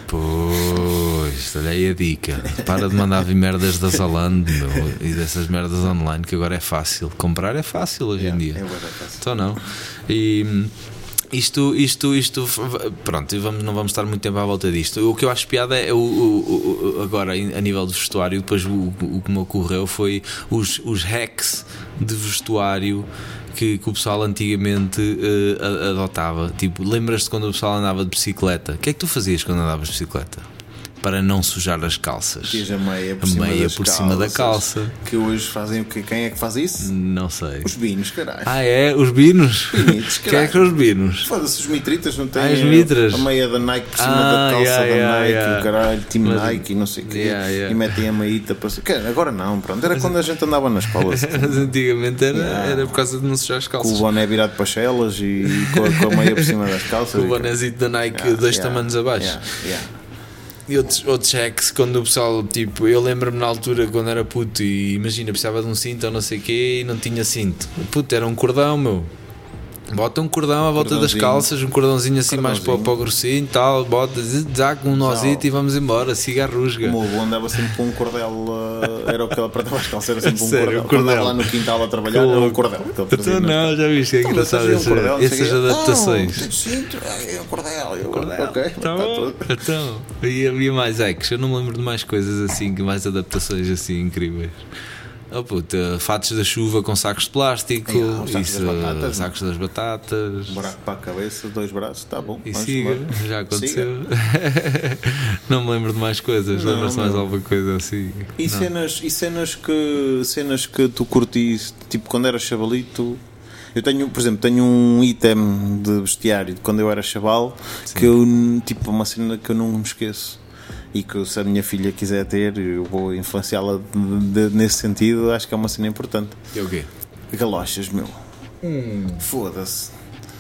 Pois, olha aí a dica. Para de mandar vir merdas da Zalando, meu, e dessas merdas online, que agora é fácil. Comprar é fácil hoje em dia. É, bué da fácil. Então não. E hum, isto, isto, isto, pronto, vamos, não vamos estar muito tempo à volta disto. O que eu acho piada é o, o, o agora a nível de vestuário, depois o, o que me ocorreu foi os, os hacks de vestuário que, que o pessoal antigamente uh, adotava. Tipo, lembras-te quando o pessoal andava de bicicleta? O que é que tu fazias quando andavas de bicicleta? para não sujar as calças. Tens a meia por, A cima, meia das por cima da calças, calça. Que hoje fazem o quê? Quem é que faz isso? Não sei. Os binos, caralho. Ah, é? Os binos? Binitos, Quem é que são os binos? Foda-se, os mitritas não têm Ah, as mitras. a meia da Nike por cima Ah, da calça yeah, da yeah, Nike, yeah. o caralho, time Mas- Nike e não sei o quê. Yeah, yeah. E metem a meita para. Cara, agora não, pronto. Era quando a gente andava na escola. assim, Mas antigamente era, Yeah. era por causa de não sujar as com o calças. boné virado para chelas e com a, com a meia por cima das calças. Com o e, bonézito da Nike cara, dois yeah, tamanhos abaixo. yeah, yeah. E outros, outros hacks, quando o pessoal, tipo, eu lembro-me na altura quando era puto e imagina, precisava de um cinto ou não sei o quê e não tinha cinto. Puto, era um cordão, meu. Bota um cordão à volta das Cordãozinho. calças, um cordãozinho assim mais para, Cordãozinho. para o grossinho e tal, bota, dá com um nozito e vamos embora, siga a rusga. O meu avô andava sempre com um cordel, uh, era o que ele apertava as calças, era sempre um Sério, cordel. um Quando andava cordel. lá no quintal a trabalhar, Que era um louco. cordel. Que ele trazia Então na- não, já viste que é Então, engraçado trazia um essa- cordel, não sei essas o quê. adaptações. Oh, tem cinto? É um cordel. Eu, Cordel. Ok, Tá tá bom. tudo. Então, e havia mais hacks. Eu não me lembro de mais coisas assim, que mais adaptações assim incríveis. Oh puta, fatos da chuva com sacos de plástico, Yeah, os sacos isso, das batatas, sacos das batatas. Um buraco para a cabeça, dois braços, está bom. E vamos siga, embora. já aconteceu. Siga. Não me lembro de mais coisas. Não, Lembras-te mais não. alguma coisa assim? E Não. cenas, e cenas que cenas que tu curtiste, tipo quando eras chavalito. Eu tenho, por exemplo, tenho um item de bestiário de quando eu era chaval que eu, tipo, uma cena que eu não me esqueço e que se a minha filha quiser ter, eu vou influenciá-la de- de- nesse sentido. Acho que é uma cena importante. E o quê? Galochas, meu. Foda-se.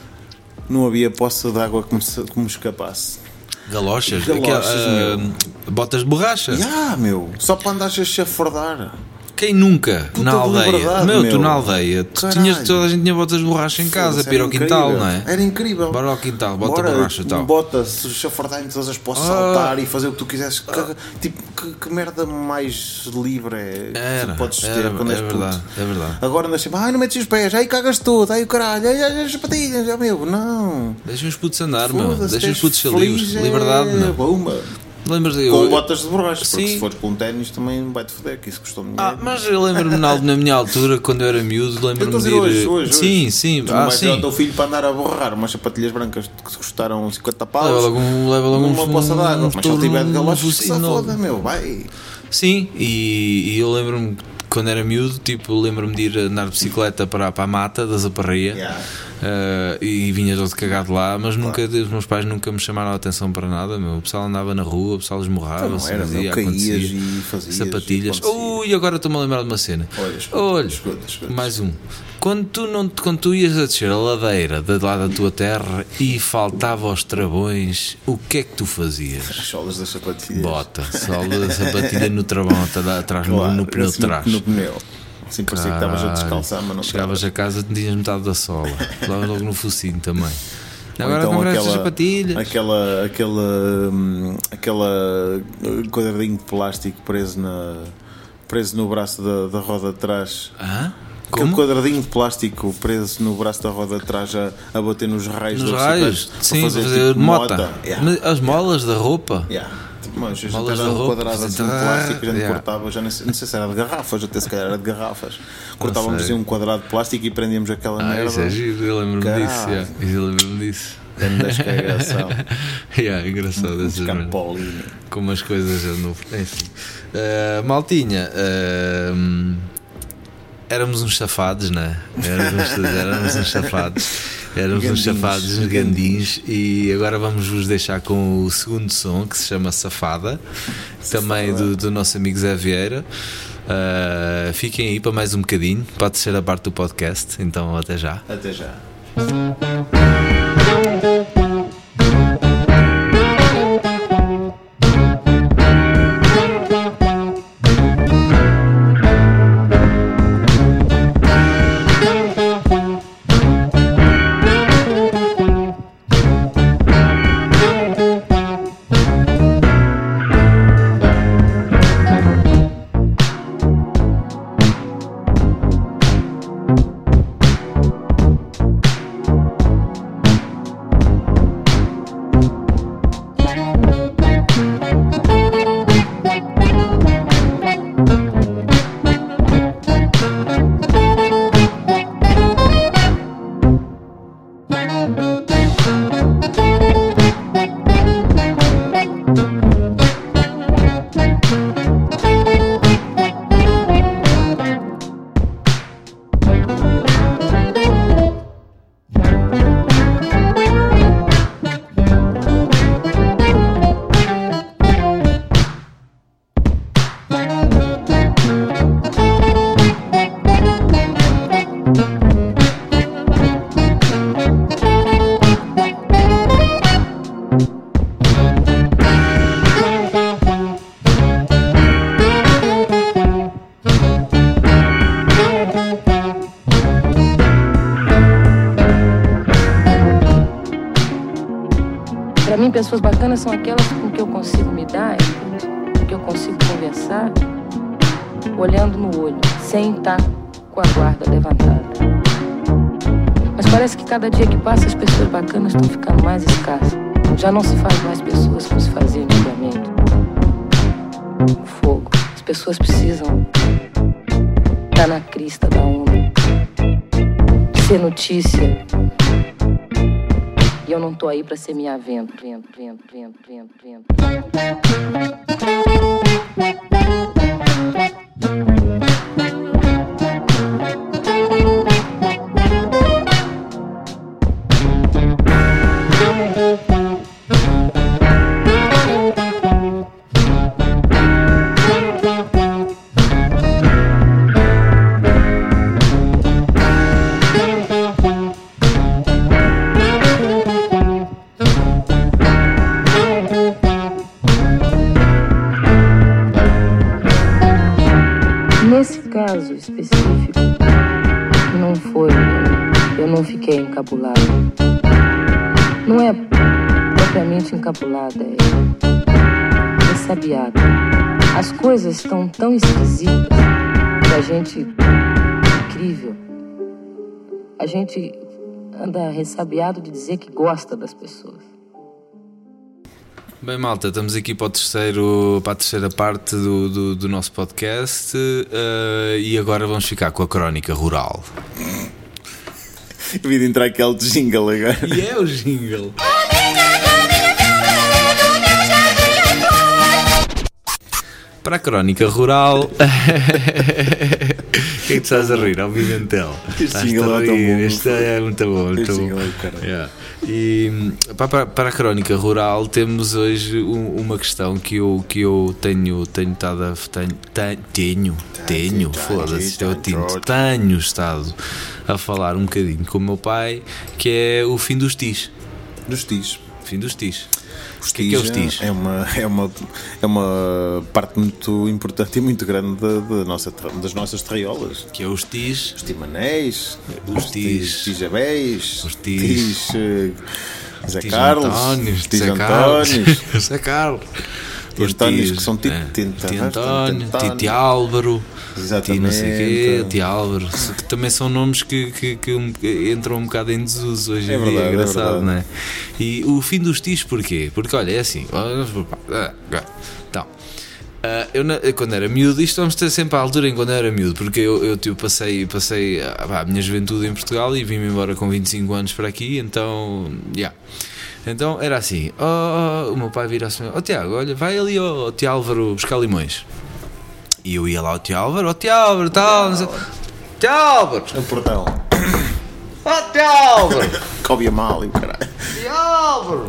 Não havia poça de água que me, se- que me escapasse. Galochas? Galochas, Aquela, ah, botas de borracha? Ah, meu, só para andares a chafardar. Quem nunca? Puta na de aldeia? liberdade, meu, tu meu. na aldeia. Tu Caralho. tinhas, toda a gente tinha botas de borracha em casa, Foda-se, para ir era ao quintal, incrível. não é? Era incrível. Bora ao quintal, bota Bora, borracha e tal. Bota-se, chafardar em todas as poças, Ah. saltar e fazer o que tu quiseres. Que- tipo, que, que merda mais livre é Era, que tu podes ter era, quando é és puto. verdade, é verdade. Agora andas sempre, ai não metes os pés, ai cagas tudo, ai o caralho, ai, ai as patilhas, ai, meu, não. Deixa os putos andar, meu. Foda-se, Deixa os tens putos ser feliz, livres. é Liberdade, meu. Bomba. Lembras de Com eu? botas de borracha, porque Sim. se fores com um ténis também vai-te foder, que isso custou-me Ah, dinheiro. mas eu lembro-me na, na minha altura, quando eu era miúdo, Eu lembro-me estou a de dizer ir. hoje, hoje, sim, hoje. sim, Tu não ah, vais sim. ter o teu filho para andar a borrar umas sapatilhas brancas que custaram cinquenta paus. Leva logo um, leva logo um, Numa poça d'água, um mas se ele futuro- tiver de um galochas, que se focinho novo. foda, meu, vai. Sim, e, e eu lembro-me quando era miúdo, tipo, lembro-me de ir andar de bicicleta para, para a mata da Zaparria. Yeah. Uh, e vinha todo cagado lá, mas nunca, os meus pais nunca me chamaram a atenção para nada. Meu. O pessoal andava na rua, o pessoal esmorrava, Então não se era, fazia, meu, caías acontecia. e fazias, Sapatilhas. e acontecia. Ui, agora estou-me a lembrar de uma cena. Olha, escuta, Olha, escuta, escuta. mais um. Quando tu, não, quando tu ias a descer a ladeira de lá da tua terra e faltava aos travões, o que é que tu fazias? As solas das sapatilhas. Bota, sola, sapatilha no travão atrás, no- Claro, no pneu de assim, no- trás. No pneu. Assim parecia que estavas a Caralho. descalçar, mas não Chegavas estavas. a casa e tinhas metade da sola. Levavas logo no focinho também. Ou Agora então compraste as aquela, sapatilhas. aquela, aquela, hum, aquela quadradinho de plástico preso, na, preso no braço da, da roda de trás. Hã? Aquele Como? quadradinho de plástico preso no braço da roda de trás a, a bater nos raios Nos da raios? bicicleta, Sim, para fazer, fazer tipo mota. Yeah. Mas as molas da roupa? Yeah. Tipo, mas a gente Molas era da um roupa, quadrado assim de fazer- plástico, a gente Yeah. cortava, já nem sei, não sei se era de garrafas, até se calhar era de garrafas. Cortávamos sei. assim um quadrado de plástico e prendíamos aquela Ah, merda. isso é giro, eu lembro-me Caralho. disso. Yeah. Eu lembro-me disso. Grande descagação. Yeah, engraçado essas merdas. Carpolini. Como as coisas andam. Enfim. Uh, maltinha, uh, éramos uns safados, né? Éramos, éramos uns safados. Éramos uns Gandins. safados, uns gandins. E agora vamos vos deixar com o segundo som que se chama Safada, também do, do nosso amigo Zé Vieira. Uh, fiquem aí para mais um bocadinho, para a terceira parte do podcast. Então, até já. Até já. mim, pessoas bacanas são aquelas com que eu consigo me dar, com que eu consigo conversar, olhando no olho, sem estar com a guarda levantada. Mas parece que cada dia que passa as pessoas bacanas estão ficando mais escassas. Já não se faz mais pessoas como se fazia antigamente. Fogo. As pessoas precisam estar na crista da onda, ser notícia. E eu não tô aí pra semear vento, vento, vento, vento, vento, vento. Nesse caso específico, não foi, eu não fiquei encabulada. Não é propriamente encabulada, é ressabiada. As coisas estão tão esquisitas que a gente, incrível, a gente anda ressabiado de dizer que gosta das pessoas. Bem, malta, estamos aqui para, o terceiro, para a terceira parte do, do, do nosso podcast uh, e agora vamos ficar com a crónica rural. Eu vi de entrar aquele jingle agora. E é o jingle. Para a crónica rural. O que é que tu estás a rir, ao Pimentel? Este jingle é tão bom. Este é muito bom, muito bom. Yeah. E para, para a crónica rural temos hoje um, uma questão que eu, que eu tenho tenho estado a, tenho, tenho, tenho foda-se, isto é o tinto, tenho estado a falar um bocadinho com o meu pai, que é o fim dos tis. Dos tis. Fim dos tis. Os O que é que é os tis? É uma, é, uma, é uma parte muito importante e muito grande da, da nossa, das nossas terriolas. Que é os tis. Os timanés, Os os tis. tisabéis, Os tis. uh, Zé Tis Carlos, Antónios, tis Zé Carlos. Antónios, Zé Carlos. Tis Os Antónios tis, que são tipo é. tinta, Ti né? António, Tinta António. Titi Álvaro, Ti não sei o quê, Exatamente. Ti Álvaro, que também são nomes que, que, que um- que entram um bocado em desuso hoje É em dia, verdade, é é engraçado, verdade. não é? E o fim dos tis porquê? Porque olha, é assim, então, ah, eu, na- eu quando era miúdo, isto vamos ter sempre a altura em quando eu era miúdo, porque eu, eu tipo, passei, passei ah, pá, a minha juventude em Portugal e vim-me embora com vinte e cinco anos para aqui, então, já. Yeah. Então era assim, oh, oh, o meu pai vira-se, ó oh, Tiago, olha, vai ali ao oh, Tio Álvaro buscar limões. E eu ia lá ao Tio Álvaro, ó oh, Tio Álvaro, tal, não sei. Tio Álvaro, No portão. ó oh, Tio Álvaro, Cóbia mal e o caralho. Tio Álvaro.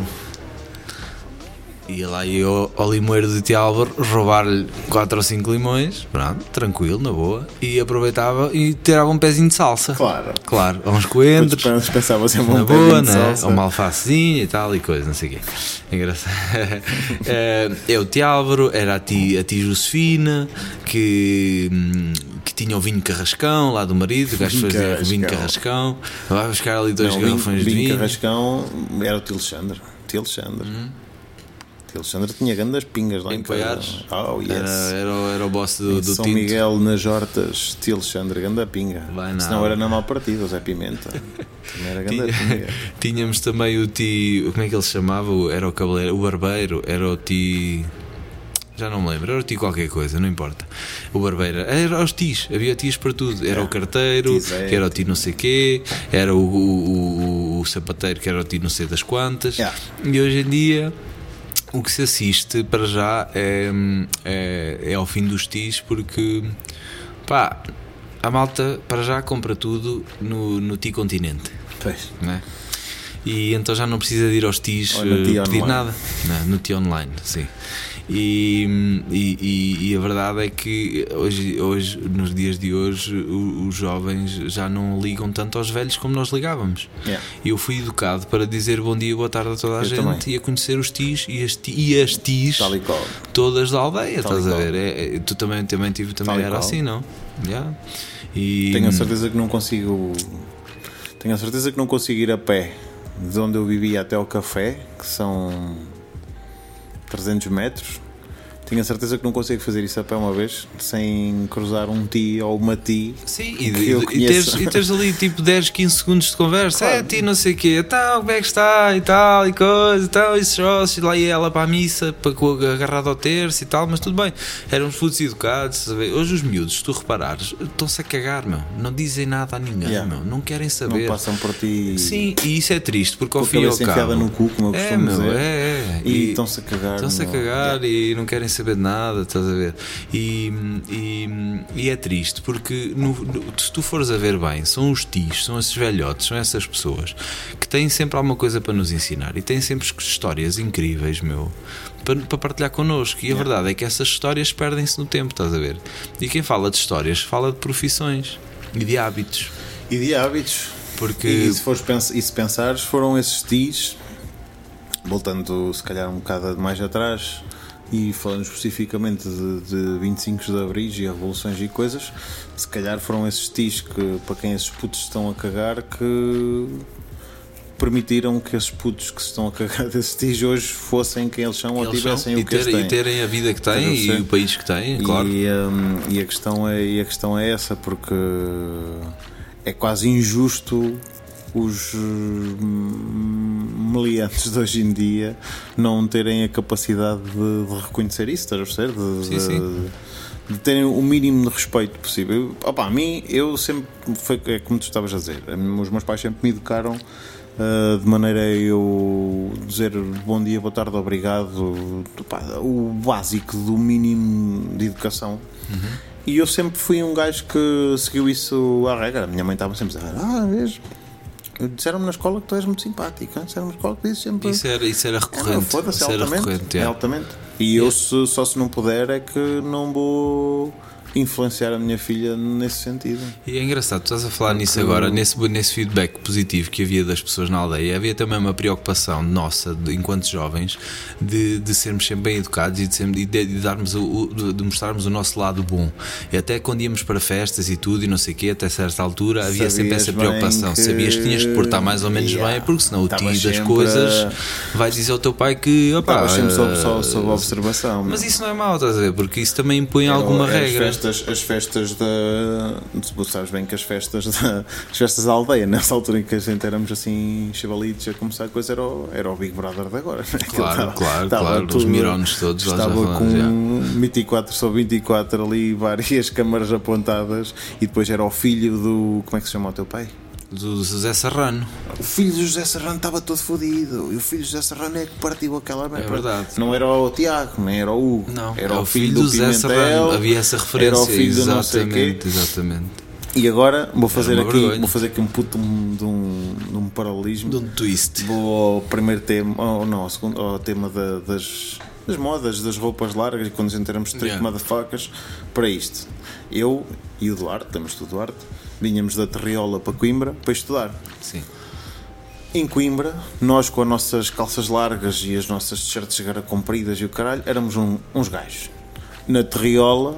Ia lá eu ao limoeiro do Tio Álvaro roubar-lhe quatro ou cinco limões, pronto, tranquilo, na boa, e aproveitava e tirava um pezinho de salsa. Claro. Claro, uns coentros. Quantos pensava sempre Na um boa, pezinho de né? salsa. Uma alfacezinha e tal e coisa, não sei o quê. Engraçado. É, é o Tio Álvaro, era a tia, a tia Josefina, que, hum, que tinha o vinho carrascão lá do marido, o gajo Vinho fazia Carrascão. vinho carrascão. Vai buscar ali dois Não, garrafões de vinho vinho. Carrascão era o tio Alexandre. Tio Alexandre. O tio Alexandre tinha grandes pingas lá Em em casa. Poiares. Oh, yes. Era, era, o- era o boss do, Em do São tinto. Miguel nas Hortas, tio Alexandre, ganda pinga. Vai Senão não. era na mal partida, o Zé Pimenta. Também era ganda Tinha- pinga. Tínhamos também o tio. Como é que ele se chamava? O- Era o cabeleiro, o barbeiro, era o tio. Já não me lembro, era o tio qualquer coisa, não importa. O barbeiro, era os tios, havia tios para tudo. Era o carteiro, Tizé. que era o tio não sei quê, era o, o, o, o sapateiro, que era o tio não sei das quantas. Yeah. E hoje em dia o que se assiste para já é, é, é ao fim dos tios, porque pá, a malta para já compra tudo no, no Ti Continente. Pois. Não é? E então já não precisa de ir aos tis Ou no eh, Ti pedir Online. nada. Não, no Ti Online, sim. E, e, e- e a verdade é que hoje, hoje, nos dias de hoje, o- os jovens já não ligam tanto aos velhos como nós ligávamos. Yeah. E eu fui educado para dizer bom dia, boa tarde a toda a Eu gente também. e a conhecer os tis e as, ti, e as tis Tal e qual. todas da aldeia, Tal e estás a qual. ver? É, é, tu também, também, tive, também Tal e era qual. assim, não? Yeah. E, Tenho a certeza que não consigo. Tenho a certeza que não consigo ir a pé de onde eu vivia até ao café, que são trezentos metros. Tenho a certeza que não consigo fazer isso a pé uma vez sem cruzar um ti ou uma ti. Sim, e, e, e, teres, e teres ali tipo dez, quinze segundos de conversa. Claro. É, ti não sei o quê, tal, como é que está e tal, e coisa e tal, e sócios, lá ia ela para a missa, para, agarrado ao terço e tal, mas tudo bem. Éramos putos educados, sabe? Hoje os miúdos, se tu reparares, estão-se a cagar, meu. Não dizem nada a ninguém, yeah. meu. Não querem saber. Não passam por ti. Sim, e isso é triste, porque ao fim e ao cabo. Enfiada no cu, como eu é, costumo meu, dizer. É, é. E estão-se a cagar. Estão-se a cagar yeah. e não querem saber de nada, estás a ver? E, e, e é triste porque no, no, se tu fores a ver bem, são os tios, são esses velhotes, são essas pessoas que têm sempre alguma coisa para nos ensinar e têm sempre histórias incríveis, meu, para, para partilhar connosco. E a yeah. verdade é que essas histórias perdem-se no tempo, estás a ver? E quem fala de histórias fala de profissões e de hábitos. E de hábitos. Porque... E se, fores pens- e se pensares, foram esses tios, voltando se calhar um bocado mais atrás. E falando especificamente de, de vinte e cinco de Abril e revoluções e coisas, se calhar foram esses tios que, para quem esses putos estão a cagar, que permitiram que esses putos que se estão a cagar desses tios hoje fossem quem eles são, que ou eles tivessem são, o que eles têm. E terem a vida que têm e o país que têm, claro. E, um, e, a questão é, e a questão é essa, porque é quase injusto os meliantes de hoje em dia não terem a capacidade de, de reconhecer isso, estás a perceber? De, sim, sim. de, de terem o mínimo de respeito possível. Opa, a mim, eu sempre, foi é como tu estavas a dizer, os meus pais sempre me educaram uh, de maneira a eu dizer bom dia, boa tarde, obrigado, opa, o básico do mínimo de educação. Uhum. E eu sempre fui um gajo que seguiu isso à regra. A minha mãe estava sempre a dizer, ah, vejo, disseram-me na escola que tu és muito simpático. Disseram-me na escola que dizes sempre. Isso era, isso era recorrente. É, foda-se, isso altamente, era recorrente, é. altamente. E yeah. eu se, só se não puder é que não vou influenciar a minha filha nesse sentido. E é engraçado, tu estás a falar nisso agora, nesse, nesse feedback positivo que havia das pessoas na aldeia. Havia também uma preocupação nossa, de, enquanto jovens, de, de sermos sempre bem educados e de, sempre, de, de, darmos o, de, de mostrarmos o nosso lado bom. E até quando íamos para festas e tudo e não sei o quê, até certa altura havia Sabias sempre essa preocupação. Que... Sabias que tinhas que portar mais ou menos yeah. bem, porque senão o tio das coisas a... vai dizer ao teu pai que opa, sempre sob, sob, sob observação. Mas isso não é mau, estás a ver? Porque isso também impõe Era, alguma regra. Festas, as festas da. Tu sabes bem que as festas da, as festas da aldeia, nessa altura em que a gente éramos assim chavalitos a começar a coisa, era o, era o Big Brother de agora. Claro, tava, claro, tava claro. Tudo, os mirones todos estava lá com já. vinte e quatro sobre vinte e quatro ali, várias câmaras apontadas, e depois era o filho do. Como é que se chama o teu pai? Do José Serrano. O filho do José Serrano estava todo fodido. E o filho do José Serrano é que partiu aquela merda. É verdade. Não era o Tiago, nem era o Hugo. Não, era é o filho, filho do, do José Serrano. Havia essa referência. Era o filho do não sei quê. Exatamente. E agora vou fazer aqui vergonha. vou fazer aqui um puto de um, de um, de um paralelismo. De um twist. Vou ao primeiro tema, ou não, ao, segundo, ao tema da, das, das modas, das roupas largas, e quando nos entramos de trick yeah. motherfuckers, para isto. Eu e o Duarte, temos o Duarte, vinhamos da Terriola para Coimbra para estudar. Sim. Em Coimbra, nós com as nossas calças largas e as nossas t-shirts de compridas e o caralho, éramos um, uns gajos. Na Terriola,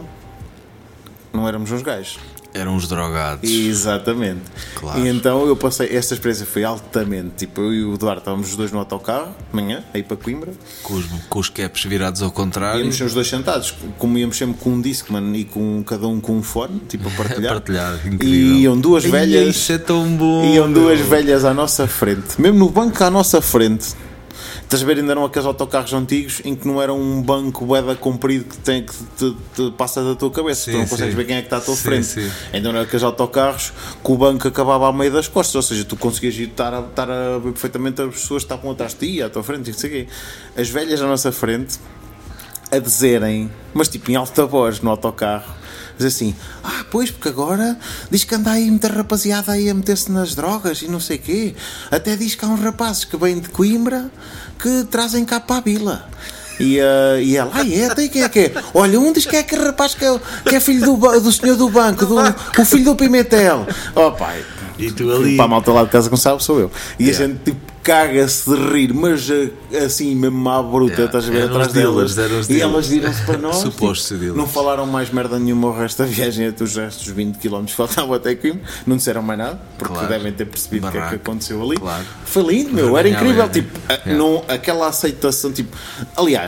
não éramos uns gajos. Eram os drogados. Exatamente. Claro. E então eu passei, esta experiência foi altamente. Tipo, eu e o Eduardo estávamos os dois no autocarro, de manhã, aí para Coimbra. Com os, com os caps virados ao contrário. Íamos os dois sentados, como íamos sempre com um Discman e com cada um com um fone, tipo a partilhar. partilhar, incrível. E iam duas velhas. Ai, isso é tão bom. Iam duas velhas à nossa frente, mesmo no banco à nossa frente. Estás a ver, ainda eram aqueles autocarros antigos em que não era um banco bué comprido que, tem, que te, te passa da tua cabeça, sim, tu não consegues sim. ver quem é que está à tua sim, frente. Sim. Ainda não eram aqueles autocarros que o banco acabava ao meio das costas, ou seja, tu conseguias estar a, estar a ver perfeitamente as pessoas que estavam atrás de ti, à tua frente, e não sei o quê. As velhas à nossa frente a dizerem, mas tipo em alta voz no autocarro, diz assim, ah, pois, porque agora diz que anda aí muita rapaziada aí a meter-se nas drogas e não sei o quê. Até diz que há uns rapazes que vêm de Coimbra que trazem cá para a vila. E, uh, e ela, ah, é? Tem quem é que é? Olha, um diz que é aquele rapaz que é, que é filho do, do senhor do banco, do, o filho do Pimentel. Oh, pai. E tu ali. Para a malta lá de casa, como sabe, sou eu. E yeah. a gente, tipo, caga-se de rir, mas assim mesmo à bruta, yeah. estás a ver, eram atrás delas. Dealers, e elas viram-se para nós. Suposto tipo, não falaram mais merda nenhuma o resto da viagem, até os restos dos vinte quilómetros faltavam até Coimbra. Não disseram mais nada, porque claro. devem ter percebido o que é que aconteceu ali. Claro. Foi lindo, meu, era incrível. Tipo, yeah. não, aquela aceitação, tipo, aliás,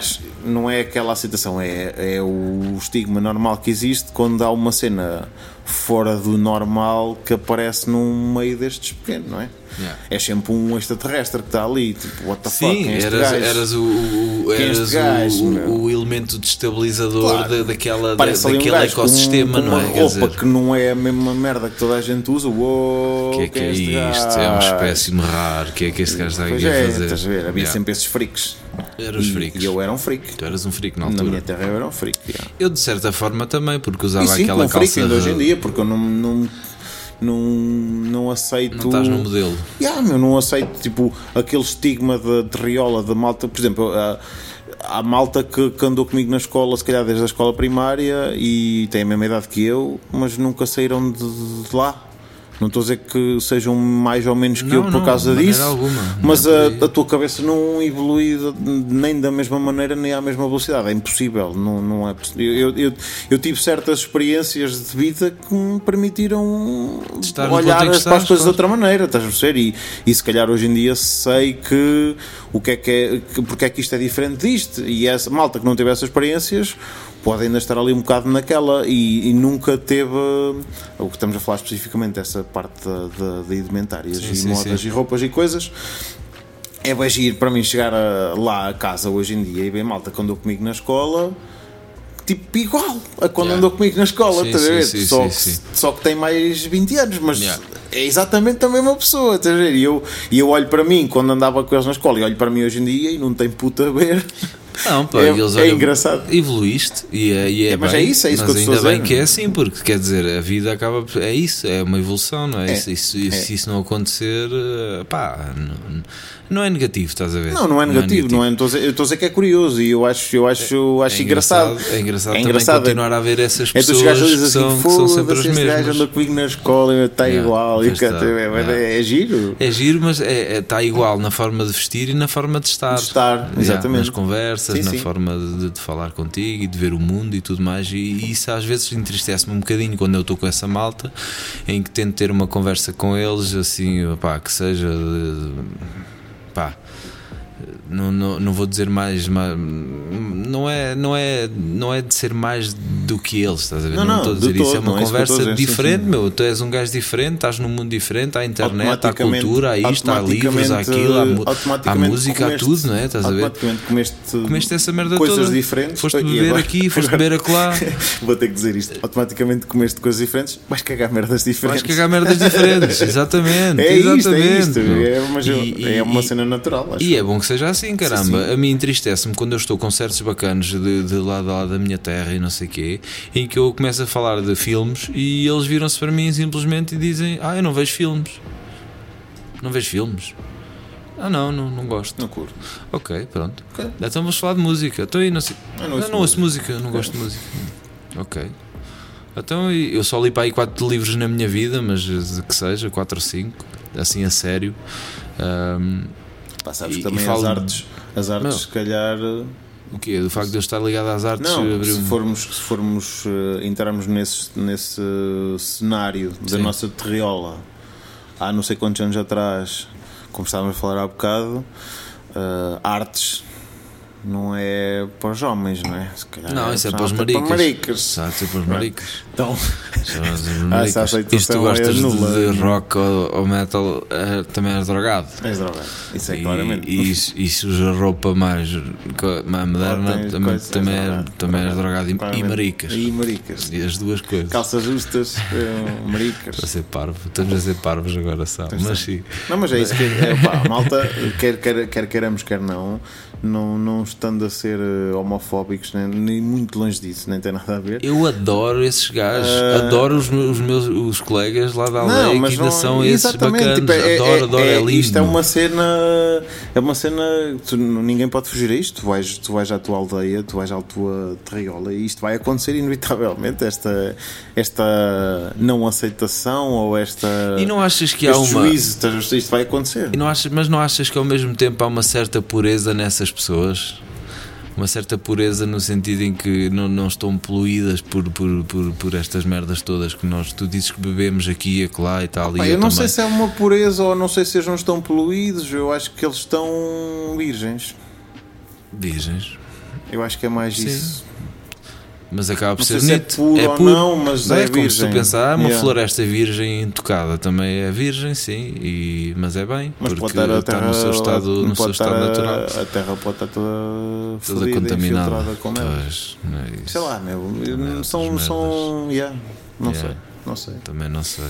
não é aquela aceitação, é, é o estigma normal que existe quando há uma cena fora do normal que aparece num meio destes pequenos, não é? Yeah. É sempre um extraterrestre que está ali, tipo, what the Sim, fuck, quem é este eras, gajo? eras, o, o, Quem é eras este gajo, o, meu? o, o elemento destabilizador Claro. da, daquela, da, Parece ali um daquele gajo com- ecossistema, com não é? uma Quer roupa dizer, que não é a mesma merda que toda a gente usa. Uou, que é que quem é este isto? É um gajo? espécime raro. Que é que este gajo está Pois aqui é, a fazer? estás a ver? Havia Yeah. sempre esses freaks. Eram os E- freaks. E eu era um freak. Tu eras um freak na Na altura. minha terra eu era um freak. Yeah. Eu de certa forma também, porque usava E sim, aquela com freak calça. ainda hoje em de- dia, porque eu não, não, não, não aceito. Não estás no modelo. Yeah, meu, não aceito tipo aquele estigma de, de riola, da malta. Por exemplo, há, há malta que, que andou comigo na escola, se calhar desde a escola primária, e tem a mesma idade que eu, mas nunca saíram de, de lá. Não estou a dizer que sejam mais ou menos que Não, eu por não, causa de maneira disso, alguma. Não mas é por a, aí. a tua cabeça não evolui nem da mesma maneira nem à mesma velocidade. É impossível. Não, não é possível. Eu, eu, eu tive certas experiências de vida que me permitiram Estar no olhar ponto em que as para as estás, coisas de claro. outra maneira. Estás a perceber? E, e se calhar hoje em dia sei que o que é que é, que, porque é que isto é diferente disto. E essa malta que não teve essas experiências pode ainda estar ali um bocado naquela e, e nunca teve o que estamos a falar especificamente, essa parte da, da, de indumentárias Sim, e sim, modas sim. e roupas e coisas. É bem giro para mim chegar a- lá a casa hoje em dia e bem malta que andou comigo na escola, tipo igual a quando Yeah. andou comigo na escola, Sim, estás a sim, ver? sim, só, sim, que, sim. só que tem mais vinte anos, mas Yeah. é exatamente a mesma pessoa, estás a ver? E eu, e eu olho para mim quando andava com eles na escola e olho para mim hoje em dia e não tem puta a ver. Não, pá, É- eles é olham, engraçado. Evoluíste e é, e é, É, mas bem, é isso, é isso mas que eu estou ainda a bem dizer. que é assim, porque quer dizer, a vida acaba por- é isso, é uma evolução, não é? É, Isso, isso, isso- é. Se isso não acontecer, eh, pá, não, não é negativo, estás a ver? Não, não é negativo, não é, não estou a dizer- eu estou a dizer que é curioso e eu acho, eu acho, acho É engraçado. É engraçado, É também engraçado. continuar a ver essas É dos pessoas gajos que dizem são, assim, que são sempre foda-se, as este gajo mesmas. anda comigo na escola e está Yeah, igual. E pois que- está, é, yeah. é, é giro. É giro, mas está é, está igual na forma de vestir e na forma de estar. De estar, Yeah, exatamente. nas conversas, Sim, na sim. forma de, de falar contigo e de ver o mundo e tudo mais. E, e isso às vezes entristece-me um bocadinho quando eu estou com essa malta, em que tento ter uma conversa com eles, assim, pá, que seja. de- pá. Não, não, não vou dizer mais, mais não, é, não, é, não é de ser mais do que eles, estás a ver? Não, Não, não, estou a de dizer isso, é todo, uma não é isso que eu estou conversa a dizer, sim, diferente, sim. meu. Tu és um gajo diferente, estás num mundo diferente, há internet, há Automaticamente- cultura, há isto, há livros, há aquilo, há, mu- há automaticamente música, há comeste- tudo, não é? Estás a ver? Automaticamente comeste, Comeste essa merda coisas toda. diferentes. Foste E beber agora- aqui, foste agora- beber acolá. Vou ter que dizer isto. Automaticamente comeste coisas diferentes, vais cagar merdas diferentes. Vais cagar merdas diferentes, exatamente. É isto, exatamente, é isto. meu. É, mas eu- E- é e- uma e- cena natural. Acho. E é bom que seja assim, caramba. Sim, sim. A mim entristece-me quando eu estou com certos bacanos de, de lá, de lá da minha terra e não sei o quê, em que eu começo a falar de filmes e eles viram-se para mim simplesmente e dizem: Ah, eu não vejo filmes. Não vejo filmes. Ah, não, não, não gosto. Não curto. Ok, pronto. Ok. Então vamos falar de música. Então aí não sei. Eu não Eu ouço não ouço música, eu não gosto de música. Ok. Então eu só li para aí quatro livros na minha vida, mas que seja, quatro ou cinco, assim a sério. Ahm, Pá, sabes E- que também e falo- as artes, as artes Não. se calhar. o quê? Do facto de eu estar ligado às artes? Não, abriu- se formos, se formos uh, entrarmos nesse, nesse cenário da Sim. nossa terriola há não sei quantos anos atrás, como estávamos a falar há bocado, uh, artes não é para os homens, não é? Se calhar Não, isso é para os até maricas. maricas. Sabe, é para os maricas. Então, São os essa maricas. aceitação E se tu gostas é de, nula. de rock ou, ou metal, eh, também és drogado. és drogado. Isso é E, claramente. e, se- e se usa roupa mais, co- mais moderna, tens também, coisas, também, és é, drogado. também és drogado. E, e Claramente. maricas. E maricas. E as duas coisas. Calças justas, uh, maricas. A ser parvo. Estamos a ser parvos agora, só. Mas sim. Não, mas é isso que é, pá, a malta, quer, quer, quer queiramos, quer não, não, não estando a ser eh, homofóbicos, nem, nem muito longe disso, nem tem nada a ver. Eu adoro esses gajos. Ah. Adoro os meus, os meus os colegas lá da aldeia que ainda não- são esses exatamente, bacanas. tipo, é, adoro, é, adoro, é, é, lindo. Isto é uma cena, é uma cena, tu, ninguém pode fugir a isto. Tu vais, tu vais à tua aldeia, tu vais à tua terriola e isto vai acontecer inevitavelmente. Esta, esta não aceitação ou esta. E não achas que há este uma. juízo, estás a ver? Isto vai acontecer. E não achas, mas não achas que ao mesmo tempo há uma certa pureza nessas pessoas? Uma certa pureza no sentido em que não, não estão poluídas por, por, por, por estas merdas todas que nós, tu dizes que bebemos aqui e acolá e tal. Pá, e eu eu não também. sei se é uma pureza ou não sei se eles não estão poluídos. Eu acho que eles estão virgens. Virgens. Eu acho que é mais Sim. isso. Mas acaba por Não ser sei se é bonito. puro ou não, mas não é é como se tu virgem. pensar, ah, uma Yeah. floresta virgem intocada também é virgem, sim, e, mas é bem, Mas porque pode estar a está terra, no seu estado, não no seu pode estar estado a- natural, A terra pode estar toda, toda fodida, contaminada. infiltrada com merda. Pois, não é isso. Sei lá, meu. Também São. outras são yeah, não Yeah. sei. Não sei. Também não sei.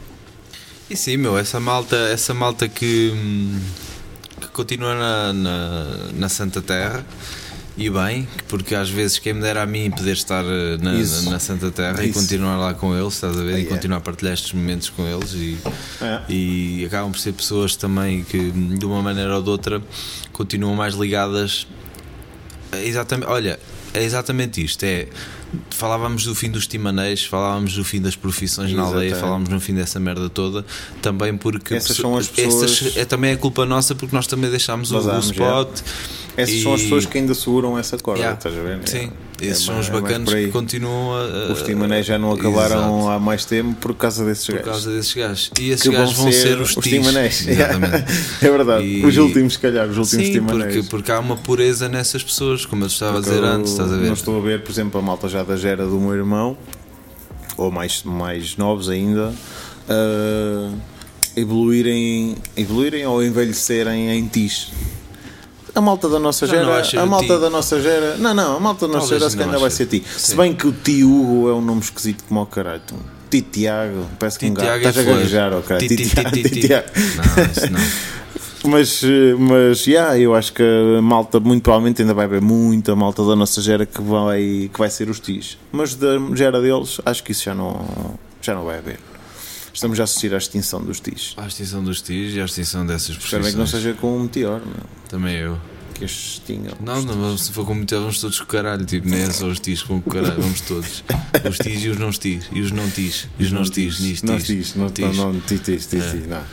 E sim, meu, essa malta, essa malta que, hum, que continua na, na, na Santa Terra. E bem, porque às vezes quem me dera a mim poder estar na, na, na Santa Terra Isso. e continuar lá com eles, estás a ver? Ah, e yeah. continuar a partilhar estes momentos com eles e, É. e acabam por ser pessoas também que de uma maneira ou de outra continuam mais ligadas a exatamente, olha, é exatamente isto, é falávamos do fim dos timanês, falávamos do fim das profissões na aldeia, Exatamente. falávamos no fim dessa merda toda, também porque Essas são as pessoas- essas, é, também é culpa nossa porque nós também deixámos o, o Vazámos, spot. Essas são as E- pessoas que ainda seguram essa corda, Yeah. estás a ver? Sim, É, esses é são mais- os é mais bacanos por aí. que continuam a, a, Os timanés já não acabaram Exato. há mais tempo por causa desses por gajos. causa desses gajos. E esses Que gajos vão ser os, os tis. timanés. Exatamente. É verdade. E- Os últimos, se calhar, os últimos Sim, timanés. porque, porque há uma pureza nessas pessoas, como eu te estava a dizer Eu antes, estás a ver? Não estou a ver, por exemplo, a malta já da gera do meu irmão, ou mais, mais novos ainda, ah, evoluírem, evoluírem ou envelhecerem em tis. A malta da nossa Já não gera, vais ser a o malta ti. da nossa gera, não, não, a malta da nossa Talvez gera se ainda calhar vai vai ser ser. ti. Se Sim. bem que o tio Hugo é um nome esquisito como o caralho. Ti Tiago, parece que um Ti gato. Tiago é Estás a flor. gaguejar, ok? Ti, Ti ti, Tiago, ti, Ti ti. Tiago. Não, isso não. Mas, eh, mas yeah, eu acho que a malta, muito provavelmente, ainda vai haver muita malta da nossa gera que vai, que vai ser os tis. Mas da gera deles, acho que isso já não, já não vai haver. Estamos a assistir à extinção dos tis. A extinção dos tis e a extinção dessas Espero bem que não profissões. seja com um meteor, meu, Também eu. que estes extingam. Não, não, se for com meter, vamos todos com o caralho. Tipo, nem é só os tis com o caralho, vamos todos. Os tis e os não tis. E os não tis. E os não tis. Nis, Não tis. tis, não Tis. não, não, tis, tis, tis, tis, não.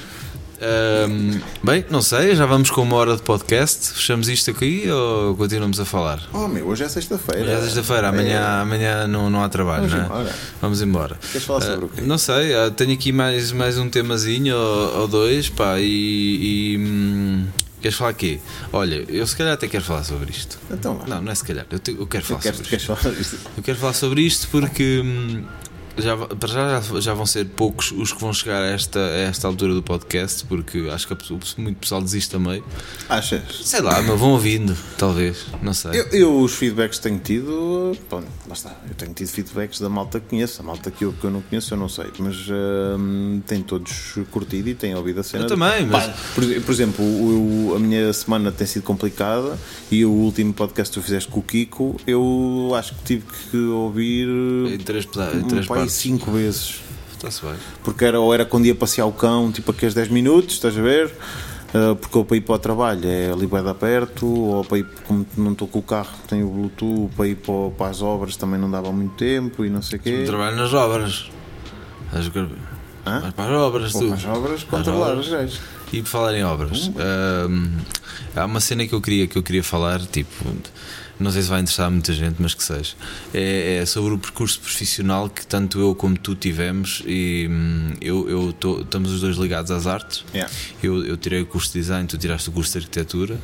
Ahm, bem, não sei, já vamos com uma hora de podcast. Fechamos isto aqui ou continuamos a falar? Oh meu, hoje é sexta-feira. Hoje é sexta-feira, amanhã, amanhã não, não há trabalho, Vamos não é? embora. Vamos embora. Queres falar sobre Ah, o quê? Não sei, ah, tenho aqui mais, mais um temazinho ou, ou dois, pá, e. e, hum, queres falar quê? Olha, eu se calhar até quero falar sobre isto. Então vá. Não, não é se calhar, eu, te- eu quero falar Queres, sobre queres isto. falar disto? Eu quero falar sobre isto porque hum, já, va- para já, já, já vão ser poucos os que vão chegar a esta, a esta altura do podcast, porque acho que a pessoa- muito pessoal desiste também. Achas? Sei lá, mas vão ouvindo, talvez, não sei. Eu, eu os feedbacks que tenho tido, bom, lá está, eu tenho tido feedbacks da malta que conheço, a malta que eu, que eu não conheço eu não sei, mas hum, têm todos curtido e têm ouvido a cena. Eu também, mas- Pá, por, por exemplo, o- o- a minha semana tem sido complicada e o último podcast que tu fizeste com o Kiko, eu acho que tive que ouvir Em três, peda- em três pá, aí partes. cinco vezes. Está-se bem. Porque era, ou era quando ia passear o cão, tipo aqueles dez minutos, estás a ver? Uh, porque eu para ir para o trabalho é ali vai dar perto, ou para ir, como não estou com o carro, tenho o Bluetooth, para ir para, para as obras também não dava muito tempo e não sei o quê. Trabalho nas obras. Estás a ver? Hã? Mas para as obras, Ou tu. para as obras, Para as controlar obras. os gajos. E por falar em obras, hum, há uma cena que eu queria, que eu queria falar, tipo, não sei se vai interessar muita gente, mas que seja. É, é sobre o percurso profissional que tanto eu como tu tivemos e hum, eu, eu tô, estamos os dois ligados às artes. Yeah. Eu, eu tirei o curso de design, tu tiraste o curso de arquitetura.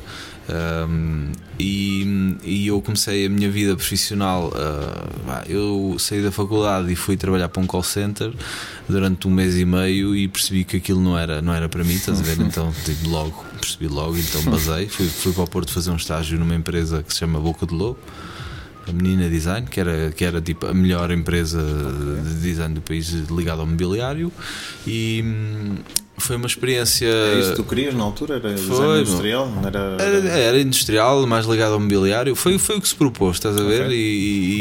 hum, e, e eu comecei a minha vida profissional. ah, pá, eu saí da faculdade e fui trabalhar para um call center durante um mês e meio e percebi que aquilo não era, não era para mim, estás a ver? Então, tipo, logo, percebi logo, então basei. Fui, fui para o Porto fazer um estágio numa empresa que se chama Boca de Lobo, a Menina Design, que era, que era tipo a melhor empresa de design do país ligada ao mobiliário, e hum, foi uma experiência. É isso que tu querias na altura? Era Foi, design industrial? Não era, Era, era industrial, mais ligado ao mobiliário. Foi, foi o que se propôs, estás a ver? Ok. E,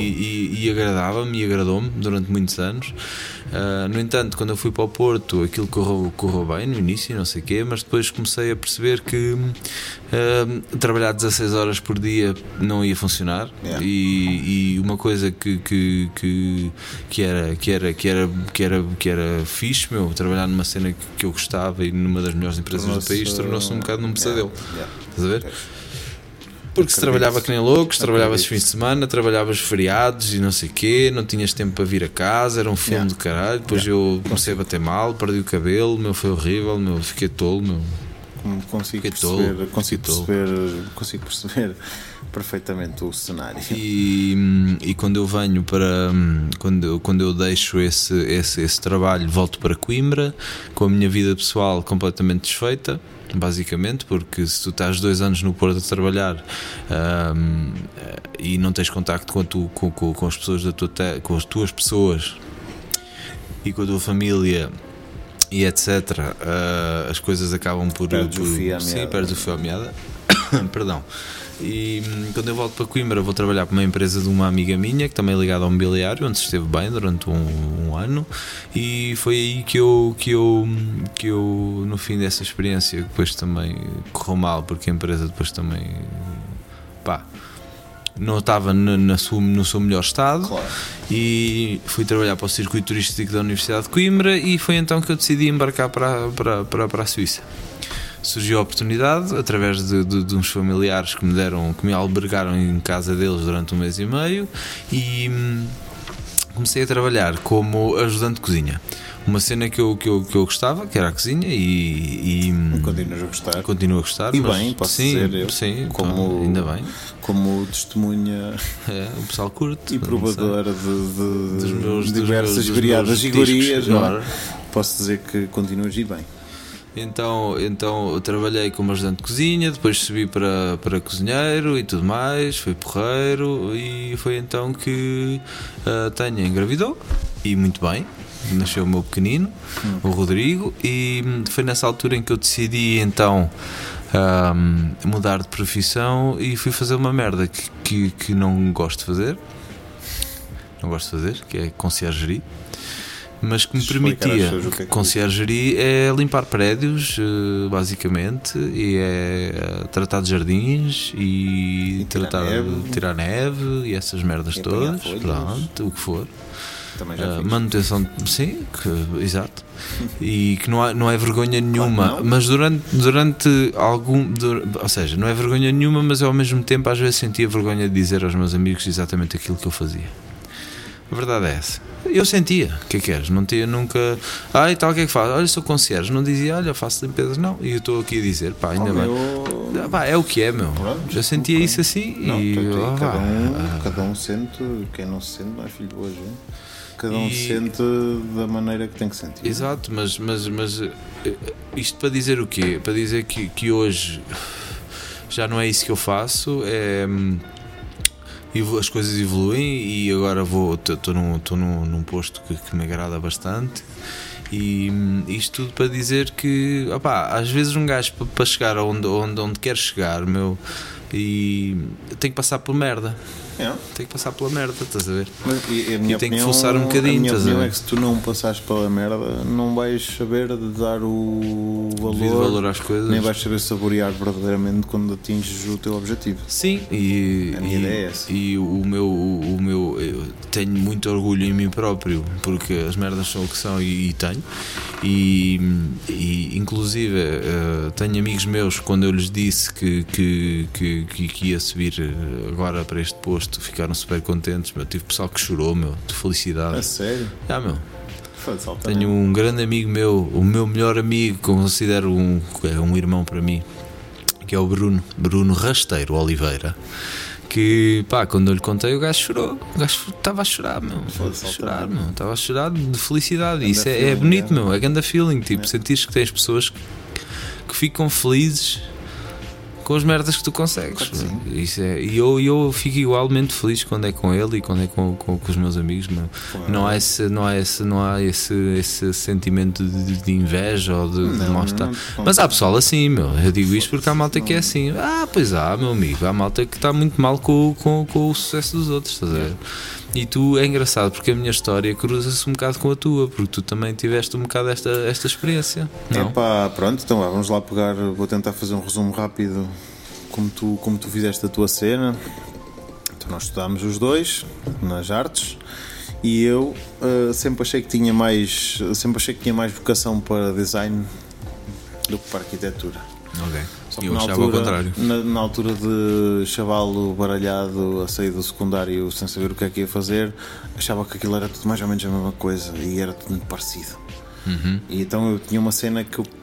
e, e, e agradava-me e agradou-me durante muitos anos. Uh, no entanto, quando eu fui para o Porto, aquilo correu, correu bem no início, não sei o quê, mas depois comecei a perceber que uh, trabalhar dezasseis horas por dia não ia funcionar. Yeah. E, e uma coisa que, que, que, que, era, que, era, que, era, que, era, que era fixe, meu, trabalhar numa cena que eu gostava e numa das melhores empresas do Tornou-se, país, tornou-se um bocado num pesadelo. Yeah, yeah. Estás a ver? Porque se trabalhava que nem loucos, trabalhavas fins de semana, trabalhavas feriados e não sei o quê, não tinhas tempo para vir a casa, era um filme Yeah. do caralho. Depois eu comecei a bater mal, perdi o cabelo, meu, foi horrível, meu, fiquei tolo, meu. consigo Que perceber, tolo, consigo que tolo. perceber, consigo perceber perfeitamente o cenário. E, e quando eu venho para quando eu, quando eu deixo esse, esse, esse trabalho, volto para Coimbra com a minha vida pessoal completamente desfeita, basicamente, porque se tu estás dois anos no Porto a trabalhar um, e não tens contacto com, tu, com, com, com as pessoas da tua te, com as tuas pessoas e com a tua família e etc, uh, as coisas acabam por, Perdes por o fio à sim, meada. perdes o fio à meada. Perdão. E hum, quando eu volto para Coimbra vou trabalhar para uma empresa de uma amiga minha que também é ligada ao mobiliário, onde esteve bem durante um, um ano, e foi aí que eu, que, eu, que eu no fim dessa experiência, depois também correu mal, porque a empresa depois também pá, não estava na, na sua, no seu melhor estado. Claro. E fui trabalhar para o circuito turístico da Universidade de Coimbra, e foi então que eu decidi embarcar para, para, para, para a Suíça. Surgiu a oportunidade através de, de, de uns familiares que me deram, que me albergaram em casa deles durante um mês e meio, e hum, comecei a trabalhar como ajudante de cozinha. Uma cena que eu, que eu, que eu gostava, que era a cozinha, e, e Continuas a gostar. continuo a gostar. E mas, bem, posso sim, dizer eu, sim, como- então, ainda bem. Como testemunha É, o pessoal curte. e não provadora de, de, Dos meus- de dos diversas meus- dos variadas meus iguarias, discos, não é? ora. Posso dizer que continuas e bem. Então, então eu trabalhei como ajudante de cozinha, depois subi para, para cozinheiro e tudo mais, fui porreiro, e foi então que a Tânia engravidou, e muito bem, nasceu o meu pequenino, o Rodrigo, e foi nessa altura em que eu decidi então ahm, mudar de profissão e fui fazer uma merda que, que, que não gosto de fazer, não gosto de fazer, que é conciergerie. Mas que me Explicar às permitia. pessoas o que é que Conciergerie é limpar prédios, eh, basicamente, e é eh, tratar de jardins e, E tirar tratar neve. de tirar neve e essas merdas E apanhar todas. folhas. Pronto, o que for. Também já Uh, fiz. manutenção, sim, que, exato. E que não, há, não é vergonha nenhuma, Claro que não. mas durante, durante algum. dur- ou seja, não é vergonha nenhuma, mas eu ao mesmo tempo às vezes sentia vergonha de dizer aos meus amigos exatamente aquilo que eu fazia. A verdade é essa. Eu sentia, o que é que queres? Não tinha nunca. Ah, e tal, o que é que faz? Olha, sou concierge. Não dizia, olha, faço limpezas, não. E eu estou aqui a dizer, pá, ainda Oh, bem. meu- Ah, pá, é o que é, meu. Pronto, Já sentia ok. isso assim Não, e. portanto, ah, cada, um, ah, cada um sente, quem não se sente não é filho de hoje. hein? Cada um E- sente da maneira que tem que sentir. Exato, mas, mas, mas eh, isto para dizer o quê? Para dizer que, que hoje já não é isso que eu faço, é, hum, evo- as coisas evoluem e agora vou estou num, tô num, num posto que, que me agrada bastante. E hum, isto tudo para dizer que opá, às vezes um gajo pa- para chegar onde, onde, onde quer chegar, meu, e tem que passar por merda. É. Tem que passar pela merda, estás a ver? Mas, e, a minha E tem que opinião, forçar um bocadinho, A minha estás a opinião ver? é que se tu não passares pela merda, não vais saber de dar o Devido valor, valor às coisas. nem vais saber saborear verdadeiramente quando atinges o teu objetivo. Sim, e, A minha e, ideia é essa. e o meu, o meu eu tenho muito orgulho em mim próprio, porque as merdas são o que são, e, e tenho, e, e inclusive eh, tenho amigos meus que quando eu lhes disse que, que, que, que, que ia subir eh, agora para este posto, ficaram super contentes, meu. Tive pessoal que chorou, meu, de felicidade. A sério? Ah, meu. Foda-se, altamente. Tenho um grande amigo meu, o meu melhor amigo, que eu considero um, é um irmão para mim, que é o Bruno, Bruno Rasteiro Oliveira. Que pá, quando eu lhe contei, o gajo chorou. O gajo estava a chorar, meu. Foda-se, A chorar, altamente. meu. Estava a chorar de felicidade. Ganda Isso é, é feeling, bonito, é. meu. É grande feeling. Tipo, É. sentires que tens pessoas que, que ficam felizes com as merdas que tu consegues. Claro que sim. meu. Isso é, e eu, eu fico igualmente feliz quando é com ele e quando é com, com, com os meus amigos, meu. Claro. Não há esse, não há esse, não há esse, esse sentimento de, de inveja ou de, de Não, mal-estar. não, não. Mas há pessoal assim, meu. Eu digo isto porque há malta que é assim. Ah, pois há, meu amigo. Há malta que está muito mal com, com, com o sucesso dos outros, estás a ver? E tu, é engraçado porque a minha história cruza-se um bocado com a tua, porque tu também tiveste um bocado esta, esta experiência. Não? Epá, pronto, então vá, vamos lá pegar. Vou tentar fazer um resumo rápido como tu, como tu fizeste a tua cena. Então nós estudámos os dois nas artes e eu uh, sempre achei que tinha mais sempre achei que tinha mais vocação para design do que para arquitetura. Ok. Só que Eu na achava altura, ao contrário. Na, na altura de chavalo baralhado a sair do secundário sem saber o que é que ia fazer, achava que aquilo era tudo mais ou menos a mesma coisa e era tudo muito parecido. Uhum. E então eu tinha uma cena que eu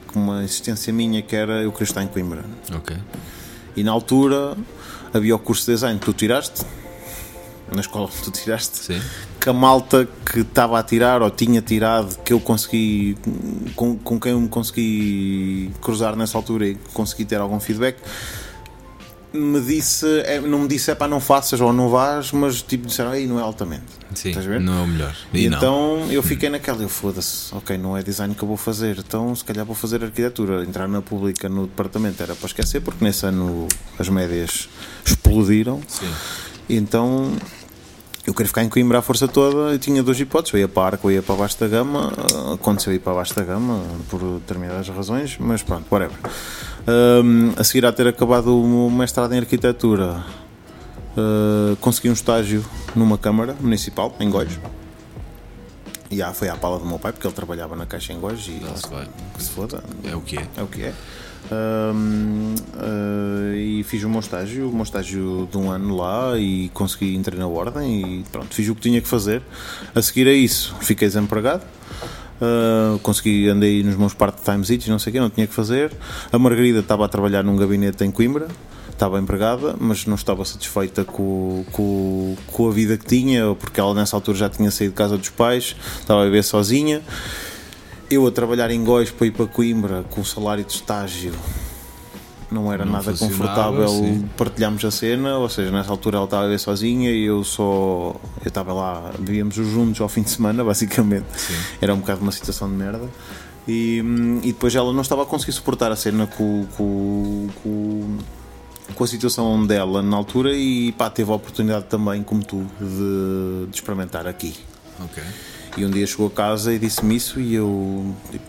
com uma insistência minha que era eu queria estar em Coimbra. Ok. E na altura havia o curso de design que tu tiraste, na escola que tu tiraste, Sim. que a malta que estava a tirar ou tinha tirado, que eu consegui, com, com quem eu me consegui cruzar nessa altura e consegui ter algum feedback, me disse, é, não me disse é pá, não faças ou não vás, mas tipo disseram, aí não é altamente. Sim, Estás a ver? não é o melhor. E E não. então eu fiquei naquela, eu foda-se, ok, não é design que eu vou fazer, então se calhar vou fazer arquitetura. Entrar na pública no departamento era para esquecer, porque nesse ano as médias explodiram. Sim. E então eu queria ficar em Coimbra à força toda e tinha duas hipóteses, eu ia para a Arco ou ia para baixo da Gama. Aconteceu ir para baixo da Gama por determinadas razões, mas pronto, whatever. Um, a seguir a ter acabado o mestrado em arquitetura, uh, consegui um estágio numa câmara municipal em Góis. E ah, foi à pala do meu pai, porque ele trabalhava na Caixa em Góis. E Não se vai. que se foda, É o que é. é o que é. Um, uh, e fiz o meu estágio, o meu estágio de um ano lá e consegui entrar na ordem e pronto, fiz o que tinha que fazer. A seguir a isso, fiquei desempregado. Uh, consegui, andei nos meus part-times e não sei o que, não tinha que fazer. A Margarida estava a trabalhar num gabinete em Coimbra, estava empregada, mas não estava satisfeita com, com, com a vida que tinha, porque ela nessa altura já tinha saído de casa dos pais, estava a viver sozinha. Eu a trabalhar em Góis para ir para Coimbra com o salário de estágio não era Não nada funcionava, confortável. sim. Partilhámos a cena, ou seja, nessa altura ela estava a viver sozinha e eu só eu estava lá, vivíamos juntos ao fim de semana basicamente. Sim. Era um bocado uma situação de merda e, e depois ela não estava a conseguir suportar a cena com, com, com, com a situação dela na altura e pá, teve a oportunidade também, como tu, de, de experimentar aqui. Ok. E um dia chegou a casa e disse-me isso e eu tipo,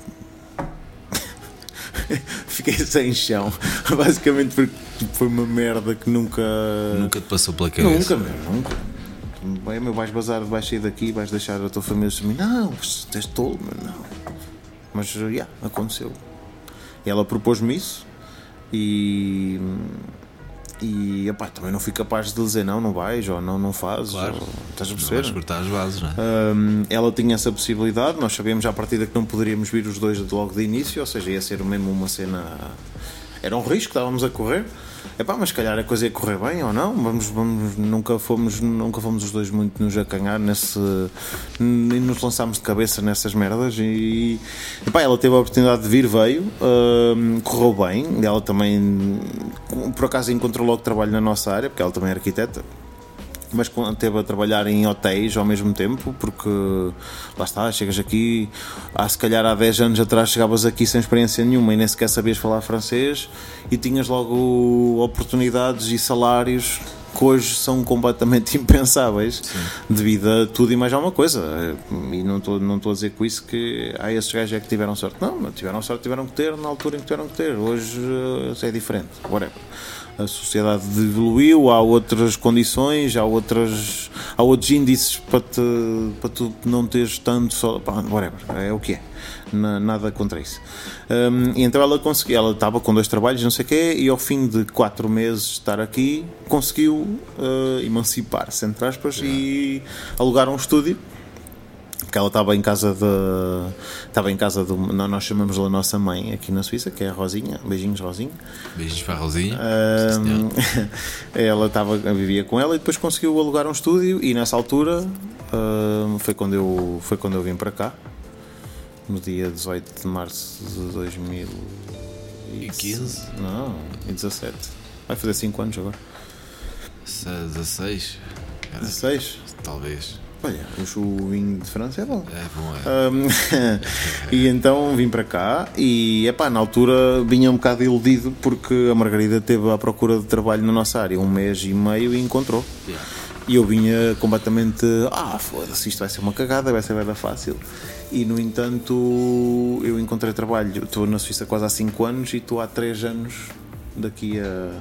fiquei sem chão, basicamente porque tipo, foi uma merda que nunca Nunca te passou pela cabeça. nunca, meu, nunca bem, meu, vais bazar, vais sair daqui, vais deixar a tua família assim, não, és tolo, meu, não. Mas já, yeah, aconteceu. E ela propôs-me isso e e epá, também não fui capaz de dizer não, não vais, ou não, não fazes, Claro. ou, estás a Não perceber? vais cortar as bases, não é? Um, ela tinha essa possibilidade, nós sabíamos à partida que não poderíamos vir os dois logo de início, ou seja, ia ser mesmo uma cena, era um risco que estávamos a correr. Epá, mas se calhar a coisa ia correr bem ou não, vamos, vamos, nunca, fomos, nunca fomos os dois muito nos acanhar nesse, e nos lançámos de cabeça nessas merdas e epá, ela teve a oportunidade de vir, veio, um, correu bem, ela também por acaso encontrou logo trabalho na nossa área, porque ela também é arquiteta, mas esteve a trabalhar em hotéis ao mesmo tempo, porque lá está, chegas aqui, há, se calhar há dez anos atrás chegavas aqui sem experiência nenhuma e nem sequer sabias falar francês e tinhas logo oportunidades e salários que hoje são completamente impensáveis. Sim. Devido a tudo e mais alguma coisa. E não estou não estou a dizer com isso que há esses gajos é que tiveram sorte. Não, tiveram sorte, tiveram que ter na altura em que tiveram que ter. Hoje é diferente. Whatever. A sociedade evoluiu, há outras condições, há, outras, há outros índices para, te, para tu não teres tanto só, pá, whatever, é o que é, nada contra isso. Um, e então ela conseguiu, ela estava com dois trabalhos, não sei o quê, e ao fim de quatro meses de estar aqui, conseguiu uh, emancipar-se, entre aspas, e alugar um estúdio. Porque ela estava em casa de estava em casa de nós chamamos-la a nossa mãe aqui na Suíça, que é a Rosinha. Beijinhos, Rosinha. Beijinhos para a Rosinha. Um, ela estava, vivia com ela e depois conseguiu alugar um estúdio e nessa altura um, foi quando eu foi quando eu vim para cá no dia dezoito de março de dois mil e quinze. Não, e dezassete. Vai fazer cinco anos agora. dezasseis. dezasseis? Talvez. Olha, o vinho de França é bom. É bom, é. Um, e então vim para cá e, epá, na altura vinha um bocado iludido porque a Margarida esteve à procura de trabalho na nossa área um mês e meio e encontrou. Yeah. E eu vinha completamente, ah, foda-se, isto vai ser uma cagada, vai ser bem fácil. E, no entanto, eu encontrei trabalho. Estou na Suíça quase há cinco anos e estou há três anos, daqui a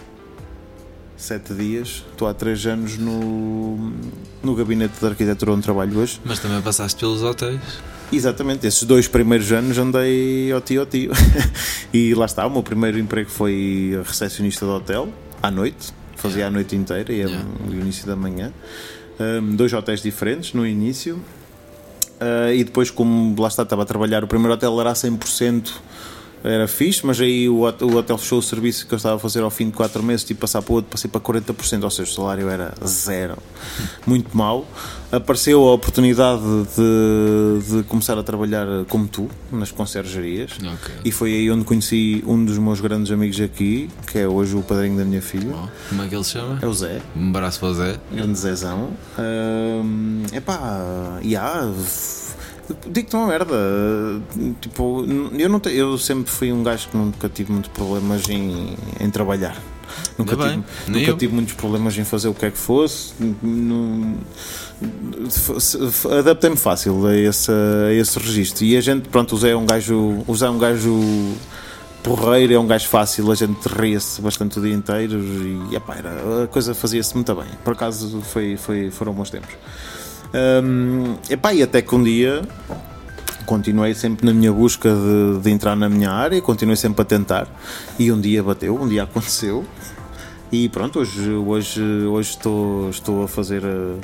sete dias, estou há três anos no, no gabinete de arquitetura onde trabalho hoje. Mas também passaste pelos hotéis. Exatamente, esses dois primeiros anos andei ao tio ao tio. E lá está, o meu primeiro emprego foi recepcionista de hotel, à noite, fazia yeah. a noite inteira e yeah. no início da manhã. Um, dois hotéis diferentes no início. Uh, e depois, como lá está, estava a trabalhar, o primeiro hotel era a cem por cento era fixe, mas aí o hotel, o hotel fechou o serviço que eu estava a fazer ao fim de quatro meses, tipo passar para o outro, passei para quarenta por cento, ou seja, o salário era zero, muito mau. Apareceu a oportunidade de, de começar a trabalhar como tu, nas consergerias, Okay. e foi aí onde conheci um dos meus grandes amigos aqui, que é hoje o padrinho da minha filha. Oh, como é que ele se chama? É o Zé. Um abraço para o Zé. Grande Zezão. Um, epá, e yeah, digo-te uma merda. Tipo, eu, não te, eu sempre fui um gajo que nunca tive muitos problemas em, em trabalhar. Nunca, Ainda tive, bem, nunca eu. tive muitos problemas em fazer o que é que fosse. Não, adaptei-me fácil a esse, a esse registro. E a gente, pronto, o Zé é um gajo. O Zé é um gajo porreiro, é um gajo fácil, a gente ria-se bastante o dia inteiro e epá, era, a coisa fazia-se muito bem. Por acaso foi, foi, foram bons tempos. Um, epá, e até que um dia continuei sempre na minha busca de, de entrar na minha área, continuei sempre a tentar e um dia bateu, um dia aconteceu e pronto, hoje, hoje, hoje estou, estou a fazer a,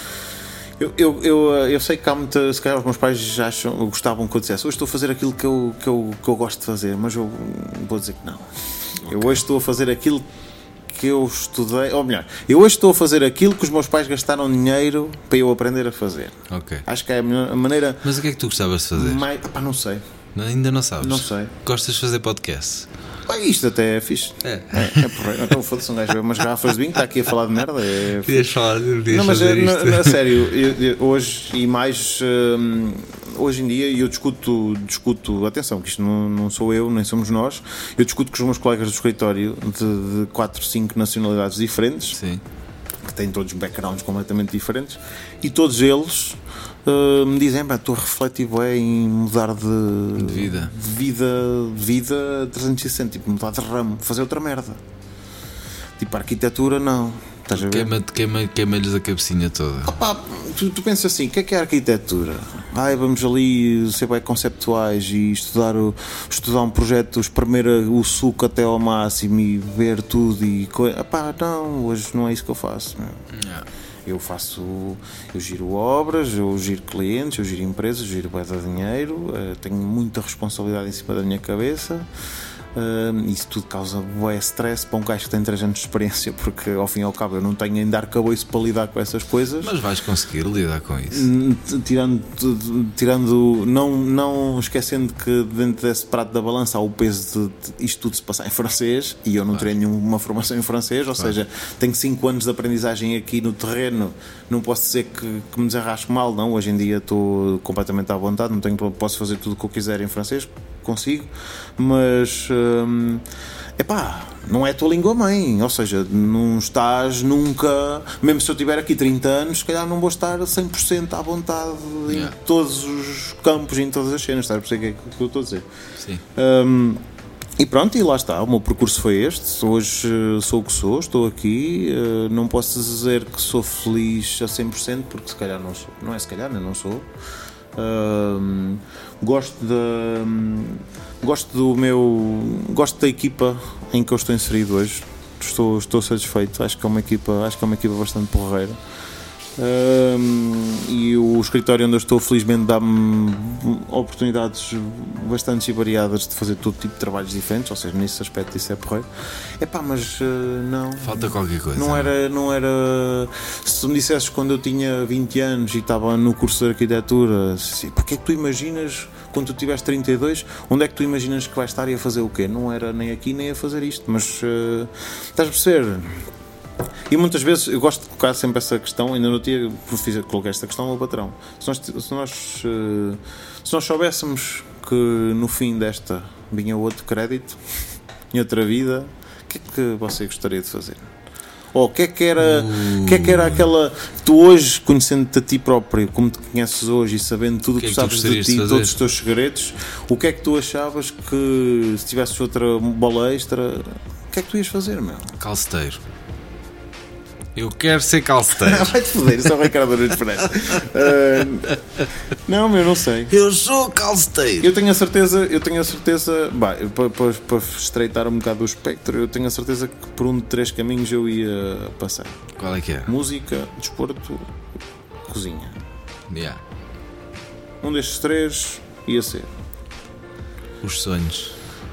eu, eu, eu, eu sei que há muita, se calhar os meus pais já acham, gostavam que eu dissesse, hoje estou a fazer aquilo que eu, que eu, que eu gosto de fazer, mas eu vou dizer que não. Okay. Eu hoje estou a fazer aquilo que eu estudei, ou melhor, eu hoje estou a fazer aquilo que os meus pais gastaram dinheiro para eu aprender a fazer. Ok. Acho que é a maneira. Mas o que é que tu gostavas de fazer? Mais, pá, não sei. Ainda não sabes? Não sei. Gostas de fazer podcast? Ah, isto até é fixe. É. É, é porreiro. Então foda-se, um gajo bebe umas garrafas de vinho, está aqui a falar de merda. É... Podias falar, podias não, mas fazer na, isto. na, sério, eu, eu, hoje e mais hum, hoje em dia eu discuto, discuto, atenção, que isto não, não sou eu, nem somos nós, eu discuto com os meus colegas do escritório de, de quatro, cinco nacionalidades diferentes. Sim. Que têm todos backgrounds completamente diferentes e todos eles uh, me dizem, estou a refletir bem em mudar de, de vida de vida, de vida trezentos e sessenta, tipo, mudar de ramo, fazer outra merda, tipo, a arquitetura não. Estás a ver? Queima-lhes queima, queima a cabecinha toda. Opa, tu, tu pensas assim, o que é que é a arquitetura? Ai, vamos ali ser bem conceptuais e estudar, o, estudar um projeto, espremer o suco até ao máximo e ver tudo e coisa. Opa, não, hoje não é isso que eu faço. Yeah. Eu faço, eu giro obras, eu giro clientes, eu giro empresas, eu giro bué de dinheiro, tenho muita responsabilidade em cima da minha cabeça. Uh, isso tudo causa bué stress para um gajo que tem três anos de experiência, porque ao fim e ao cabo eu não tenho ainda arcabouço para lidar com essas coisas. Mas vais conseguir lidar com isso, tirando, tirando não, não esquecendo que dentro desse prato da balança há o peso de, de isto tudo se passar em francês e eu não claro. Tenho nenhuma formação em francês, ou claro. Seja, tenho cinco anos de aprendizagem aqui no terreno, não posso dizer que, que me desarrasco mal, não, hoje em dia estou completamente à vontade, não tenho, posso fazer tudo o que eu quiser em francês, consigo, mas hum, epá, não é a tua língua mãe, ou seja, não estás nunca, mesmo se eu tiver aqui trinta anos, se calhar não vou estar cem por cento à vontade yeah. em todos os campos, em todas as cenas, estás a perceber o que é que eu estou a dizer? Sim. Hum, e pronto, e lá está, o meu percurso foi este, hoje sou o que sou, estou aqui, não posso dizer que sou feliz a cem por cento, porque se calhar não sou, não é se calhar, não sou. Um, gosto de um, gosto do meu gosto da equipa em que eu estou inserido hoje, estou, estou satisfeito, acho que é uma equipa acho que é uma equipa bastante porreira. Um, e o escritório onde eu estou felizmente dá-me oportunidades bastante variadas de fazer todo tipo de trabalhos diferentes, ou seja, nesse aspecto isso é porreiro. Epá, mas uh, não falta qualquer coisa, não era, não era se tu me dissesses quando eu tinha vinte anos e estava no curso de arquitetura assim, porque é que tu imaginas quando tu tiveres trinta e dois, onde é que tu imaginas que vais estar e a fazer o quê? Não era nem aqui nem a fazer isto, mas uh, estás a perceber? E muitas vezes eu gosto de colocar sempre essa questão, ainda não tinha coloquei esta questão ao meu patrão. Se nós, se, nós, se nós soubéssemos que no fim desta vinha outro crédito, em outra vida, o que é que você gostaria de fazer? Ou o que é que era, uh. o que é que era aquela. Tu hoje, conhecendo-te a ti próprio, como te conheces hoje e sabendo tudo o que, que, que sabes de ti, de todos os teus segredos, o que é que tu achavas que se tivesses outra bola extra, o que é que tu ias fazer, meu? Calceteiro. Eu quero ser calceteiro. Vai-te foder, isso é o Ricardo Nunes Pereira. Uh, não, meu, não sei. Eu sou calceteiro. Eu tenho a certeza, eu tenho a certeza, bah, para, para, para estreitar um bocado o espectro, eu tenho a certeza que por um de três caminhos eu ia passar. Qual é que é? Música, desporto, cozinha. Yeah. Um destes três ia ser. Os sonhos.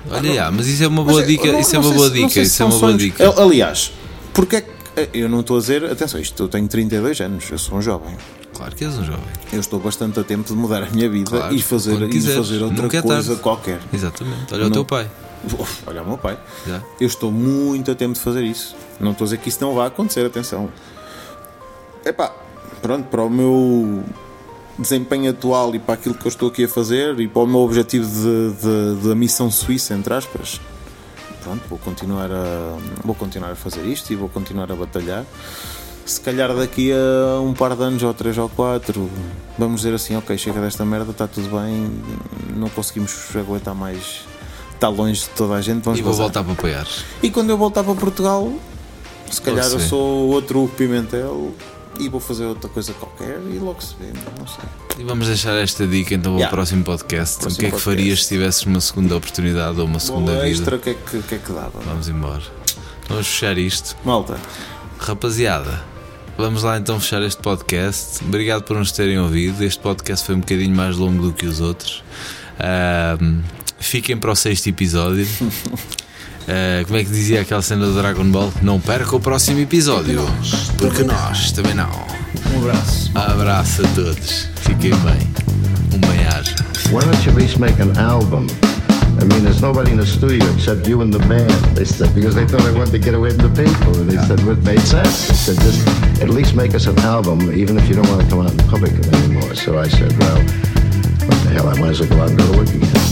Olha, já, mas isso é uma boa Mas, dica. não- Isso é não uma sei boa se- não dica. sei se Isso é são uma boa sonhos. dica. Eu- Aliás, porque é que eu não estou a dizer, atenção, isto eu tenho trinta e dois anos, eu sou um jovem. Claro que és um jovem. Eu estou bastante a tempo de mudar a minha vida Claro, e fazer, quando e quiseres. fazer outra Nunca é coisa tarde. qualquer. Exatamente. Olha o Não. teu pai. Uf, olha o meu pai. Já. Eu estou muito a tempo de fazer isso. Não estou a dizer que isso não vai acontecer, atenção. Epá, pronto, para o meu desempenho atual e para aquilo que eu estou aqui a fazer e para o meu objetivo de, de, da missão suíça, entre aspas, pronto, vou continuar a vou continuar a fazer isto e vou continuar a batalhar. Se calhar daqui a um par de anos ou três ou quatro vamos dizer assim, ok, chega desta merda, está tudo bem, não conseguimos aguentar mais, está longe de toda a gente, vamos E vou bazar. voltar para apoiar. E quando eu voltar para Portugal, se calhar Logo eu se vê. sou outro Pimentel e vou fazer outra coisa qualquer e logo se vê, não sei. E vamos deixar esta dica então para Yeah. o próximo podcast. Próximo o que é que podcast. farias se tivesses uma segunda oportunidade ou uma segunda Bola vida? extra, o que é que, o que é que dava? Vamos embora. Vamos fechar isto. Malta, Rapaziada, vamos lá então fechar este podcast. Obrigado por nos terem ouvido. Este podcast foi um bocadinho mais longo do que os outros. Ahm, fiquem para o sexto episódio. Ah, como é que dizia aquela cena do Dragon Ball? Não perca o próximo episódio, porque nós também não. um abraço. Abraço a todos. Fiquem bem. Um bem-aja. Why don't you at least make an album? I mean, there's nobody in the studio except you and the band. They said, because they thought I wanted to get away from the people. And they said, well, it made sense. They said, just at least make us an album, even if you don't want to come out in public anymore. So I said, well, what the hell, I might as well go out and go to work again.